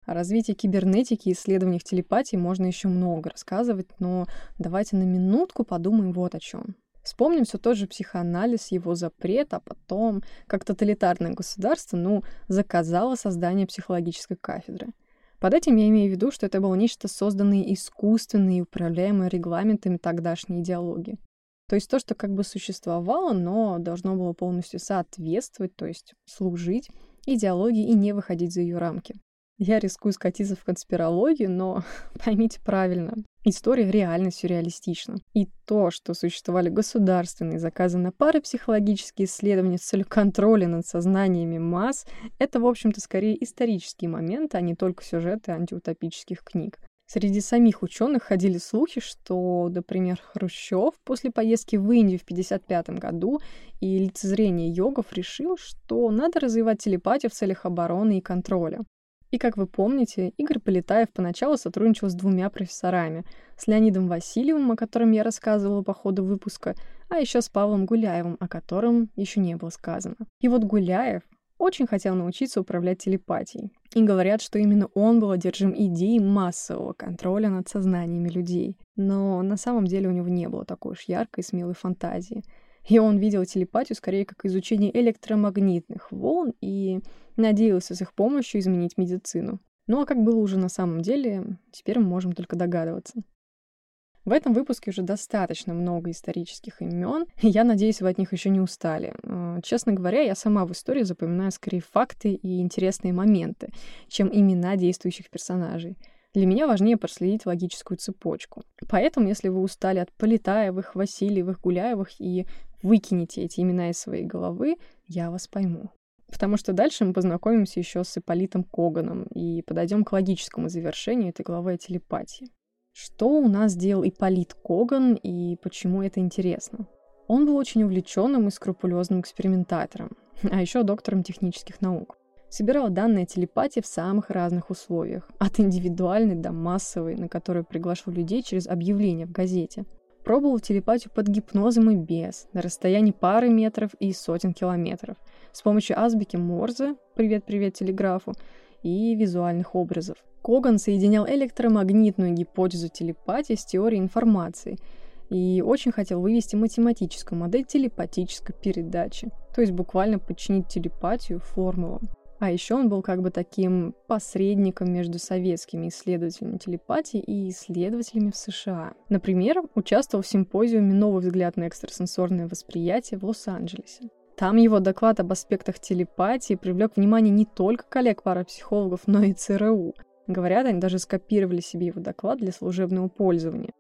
О развитии кибернетики и исследованиях телепатии можно еще много рассказывать, но давайте на минутку подумаем вот о чем. Вспомним все тот же психоанализ, его запрет, а потом, как тоталитарное государство, ну, заказало создание психологической кафедры. Под этим я имею в виду, что это было нечто созданное искусственно и управляемое регламентами тогдашней идеологии. То есть то, что как бы существовало, но должно было полностью соответствовать, то есть служить идеологии и не выходить за ее рамки. Я рискую скатиться в конспирологию, но поймите правильно, история реально сюрреалистична. И то, что существовали государственные заказы на парапсихологические исследования с целью контроля над сознаниями масс, это, в общем-то, скорее исторические моменты, а не только сюжеты антиутопических книг. Среди самих ученых ходили слухи, что, например, Хрущев после поездки в Индию в тысяча девятьсот пятьдесят пятом году и лицезрения йогов решил, что надо развивать телепатию в целях обороны и контроля. И, как вы помните, Игорь Полетаев поначалу сотрудничал с двумя профессорами. С Леонидом Васильевым, о котором я рассказывала по ходу выпуска, а еще с Павлом Гуляевым, о котором еще не было сказано. И вот Гуляев очень хотел научиться управлять телепатией. И говорят, что именно он был одержим идеей массового контроля над сознаниями людей. Но на самом деле у него не было такой уж яркой и смелой фантазии. И он видел телепатию скорее как изучение электромагнитных волн и надеялся с их помощью изменить медицину. Ну а как было уже на самом деле, теперь мы можем только догадываться. В этом выпуске уже достаточно много исторических имен, и я надеюсь, вы от них еще не устали. Честно говоря, я сама в истории запоминаю скорее факты и интересные моменты, чем имена действующих персонажей. Для меня важнее проследить логическую цепочку. Поэтому, если вы устали от Полетаевых, Васильевых, Гуляевых и выкинете эти имена из своей головы, я вас пойму. Потому что дальше мы познакомимся еще с Ипполитом Коганом и подойдем к логическому завершению этой главы о телепатии. Что у нас делал Ипполит Коган и почему это интересно? Он был очень увлеченным и скрупулезным экспериментатором, а еще доктором технических наук. Собирал данные о телепатии в самых разных условиях, от индивидуальной до массовой, на которую приглашал людей через объявления в газете. Пробовал телепатию под гипнозом и без, на расстоянии пары метров и сотен километров, с помощью азбуки Морзе, привет-привет телеграфу, и визуальных образов. Коган соединял электромагнитную гипотезу телепатии с теорией информации и очень хотел вывести математическую модель телепатической передачи, то есть буквально подчинить телепатию формулам. А еще он был как бы таким посредником между советскими исследователями телепатии и исследователями в США. Например, участвовал в симпозиуме «Новый взгляд на экстрасенсорное восприятие» в Лос-Анджелесе. Там его доклад об аспектах телепатии привлек внимание не только коллег-парапсихологов, но и ЦРУ. Говорят, они даже скопировали себе его доклад для служебного пользования.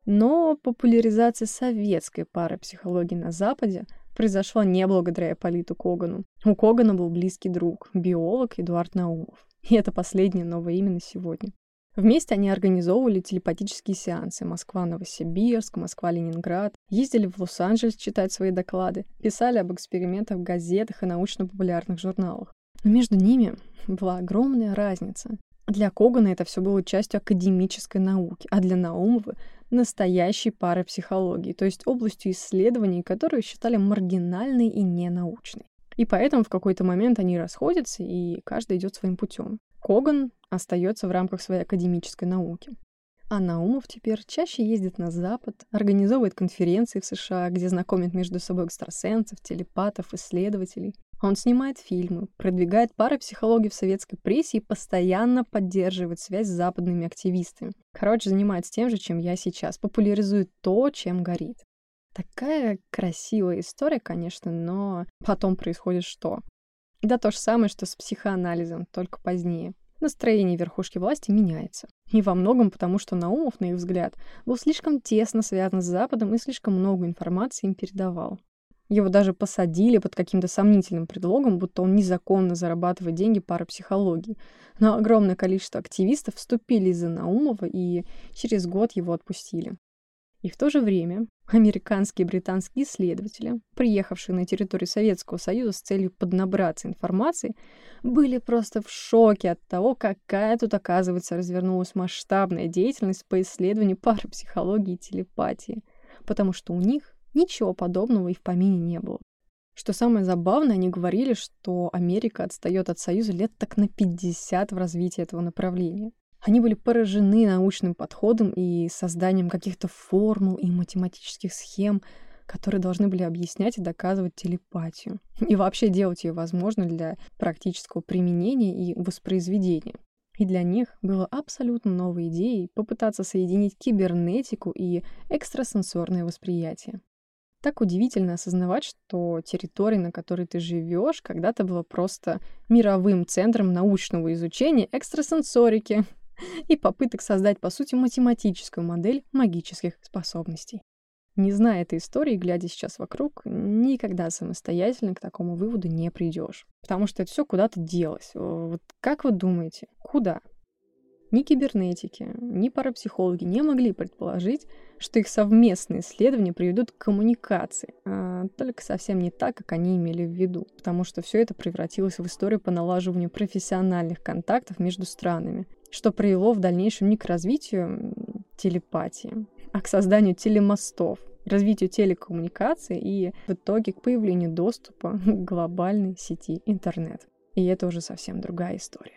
Но популяризация советской парапсихологии на Западе произошла не благодаря Ипполиту Когану. У Когана был близкий друг, биолог Эдуард Наумов. И это последнее новое имя на сегодня. Вместе они организовывали телепатические сеансы Москва-Новосибирск, Москва-Ленинград, ездили в Лос-Анджелес читать свои доклады, писали об экспериментах в газетах и научно-популярных журналах. Но между ними была огромная разница. Для Когана это все было частью академической науки, а для Наумова — настоящей парапсихологии, то есть областью исследований, которую считали маргинальной и ненаучной. И поэтому в какой-то момент они расходятся, и каждый идет своим путем. Коган остается в рамках своей академической науки. А Наумов теперь чаще ездит на Запад, организовывает конференции в США, где знакомит между собой экстрасенсов, телепатов, исследователей. Он снимает фильмы, продвигает парапсихологию в советской прессе и постоянно поддерживает связь с западными активистами. Короче, занимается тем же, чем я сейчас, популяризует то, чем горит. Такая красивая история, конечно, но потом происходит что? Да то же самое, что с психоанализом, только позднее. Настроение верхушки власти меняется. И во многом потому, что Наумов, на их взгляд, был слишком тесно связан с Западом и слишком много информации им передавал. Его даже посадили под каким-то сомнительным предлогом, будто он незаконно зарабатывает деньги парапсихологии. Но огромное количество активистов вступили за Наумова и через год его отпустили. И в то же время американские и британские исследователи, приехавшие на территорию Советского Союза с целью поднабраться информации, были просто в шоке от того, какая тут, оказывается, развернулась масштабная деятельность по исследованию парапсихологии и телепатии, потому что у них ничего подобного и в помине не было. Что самое забавное, они говорили, что Америка отстает от Союза лет так на пятьдесят в развитии этого направления. Они были поражены научным подходом и созданием каких-то формул и математических схем, которые должны были объяснять и доказывать телепатию. И вообще делать ее возможной для практического применения и воспроизведения. И для них было абсолютно новой идеей попытаться соединить кибернетику и экстрасенсорное восприятие. Так удивительно осознавать, что территория, на которой ты живешь, когда-то была просто мировым центром научного изучения экстрасенсорики и попыток создать, по сути, математическую модель магических способностей. Не зная этой истории, глядя сейчас вокруг, никогда самостоятельно к такому выводу не придешь. Потому что это все куда-то делось. Вот как вы думаете, куда? Ни кибернетики, ни парапсихологи не могли предположить, что их совместные исследования приведут к коммуникации, а только совсем не так, как они имели в виду, потому что все это превратилось в историю по налаживанию профессиональных контактов между странами, что привело в дальнейшем не к развитию телепатии, а к созданию телемостов, развитию телекоммуникаций и в итоге к появлению доступа к глобальной сети интернет. И это уже совсем другая история.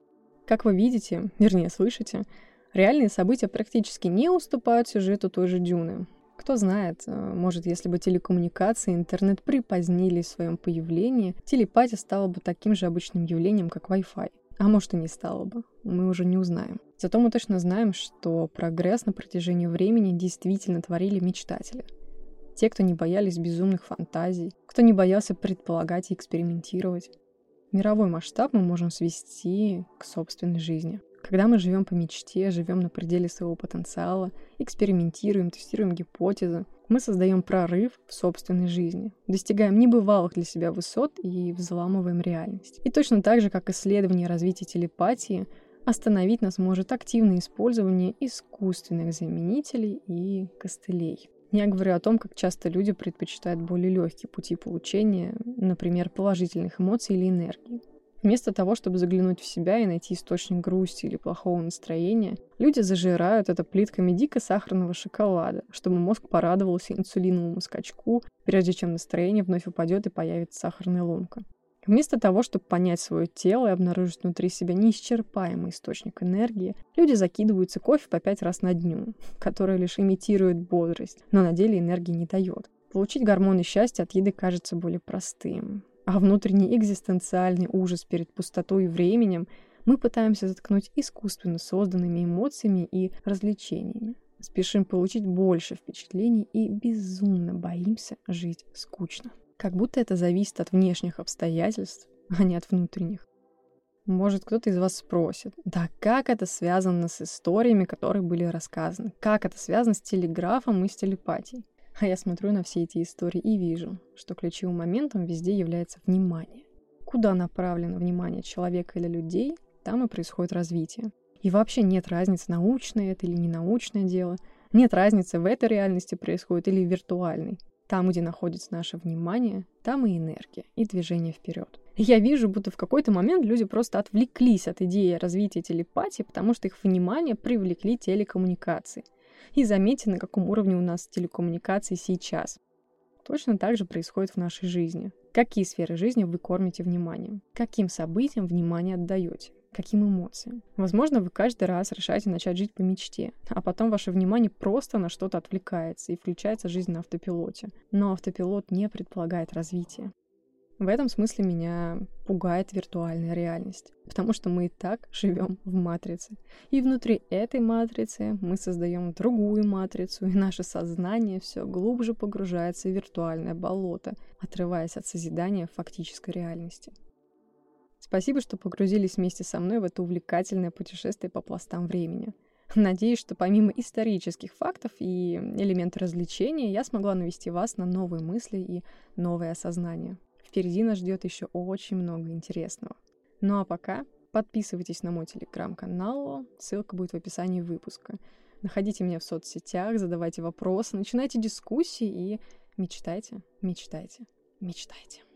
Как вы видите, вернее слышите, реальные события практически не уступают сюжету той же «Дюны». Кто знает, может, если бы телекоммуникации и интернет припозднились в своем появлении, телепатия стала бы таким же обычным явлением, как Wi-Fi. А может и не стало бы, мы уже не узнаем. Зато мы точно знаем, что прогресс на протяжении времени действительно творили мечтатели. Те, кто не боялись безумных фантазий, кто не боялся предполагать и экспериментировать. Мировой масштаб мы можем свести к собственной жизни. Когда мы живем по мечте, живем на пределе своего потенциала, экспериментируем, тестируем гипотезы, мы создаем прорыв в собственной жизни, достигаем небывалых для себя высот и взламываем реальность. И точно так же, как исследование развития телепатии, остановить нас может активное использование искусственных заменителей и костылей. Я говорю о том, как часто люди предпочитают более легкие пути получения, например, положительных эмоций или энергии. Вместо того, чтобы заглянуть в себя и найти источник грусти или плохого настроения, люди зажирают это плитками дико сахарного шоколада, чтобы мозг порадовался инсулиновому скачку, прежде чем настроение вновь упадет и появится сахарная ломка. Вместо того, чтобы понять свое тело и обнаружить внутри себя неисчерпаемый источник энергии, люди закидываются кофе по пять раз на дню, который лишь имитирует бодрость, но на деле энергии не дает. Получить гормоны счастья от еды кажется более простым. А внутренний экзистенциальный ужас перед пустотой и временем мы пытаемся заткнуть искусственно созданными эмоциями и развлечениями. Спешим получить больше впечатлений и безумно боимся жить скучно. Как будто это зависит от внешних обстоятельств, а не от внутренних. Может, кто-то из вас спросит, да как это связано с историями, которые были рассказаны? Как это связано с телеграфом и с телепатией? А я смотрю на все эти истории и вижу, что ключевым моментом везде является внимание. Куда направлено внимание человека или людей, там и происходит развитие. И вообще нет разницы, научное это или ненаучное дело. Нет разницы, в этой реальности происходит или в виртуальной. Там, где находится наше внимание, там и энергия, и движение вперед. Я вижу, будто в какой-то момент люди просто отвлеклись от идеи развития телепатии, потому что их внимание привлекли телекоммуникации. И заметьте, на каком уровне у нас телекоммуникации сейчас. Точно так же происходит в нашей жизни. Какие сферы жизни вы кормите вниманием? Каким событиям внимание отдаете? Каким эмоциям? Возможно, вы каждый раз решаете начать жить по мечте, а потом ваше внимание просто на что-то отвлекается и включается жизнь на автопилоте. Но автопилот не предполагает развития. В этом смысле меня пугает виртуальная реальность, потому что мы и так живем в матрице. И внутри этой матрицы мы создаем другую матрицу, и наше сознание все глубже погружается в виртуальное болото, отрываясь от созидания фактической реальности. Спасибо, что погрузились вместе со мной в это увлекательное путешествие по пластам времени. Надеюсь, что помимо исторических фактов и элементов развлечения, я смогла навести вас на новые мысли и новые осознания. Впереди нас ждет еще очень много интересного. Ну а пока подписывайтесь на мой телеграм-канал, ссылка будет в описании выпуска. Находите меня в соцсетях, задавайте вопросы, начинайте дискуссии и мечтайте, мечтайте, мечтайте.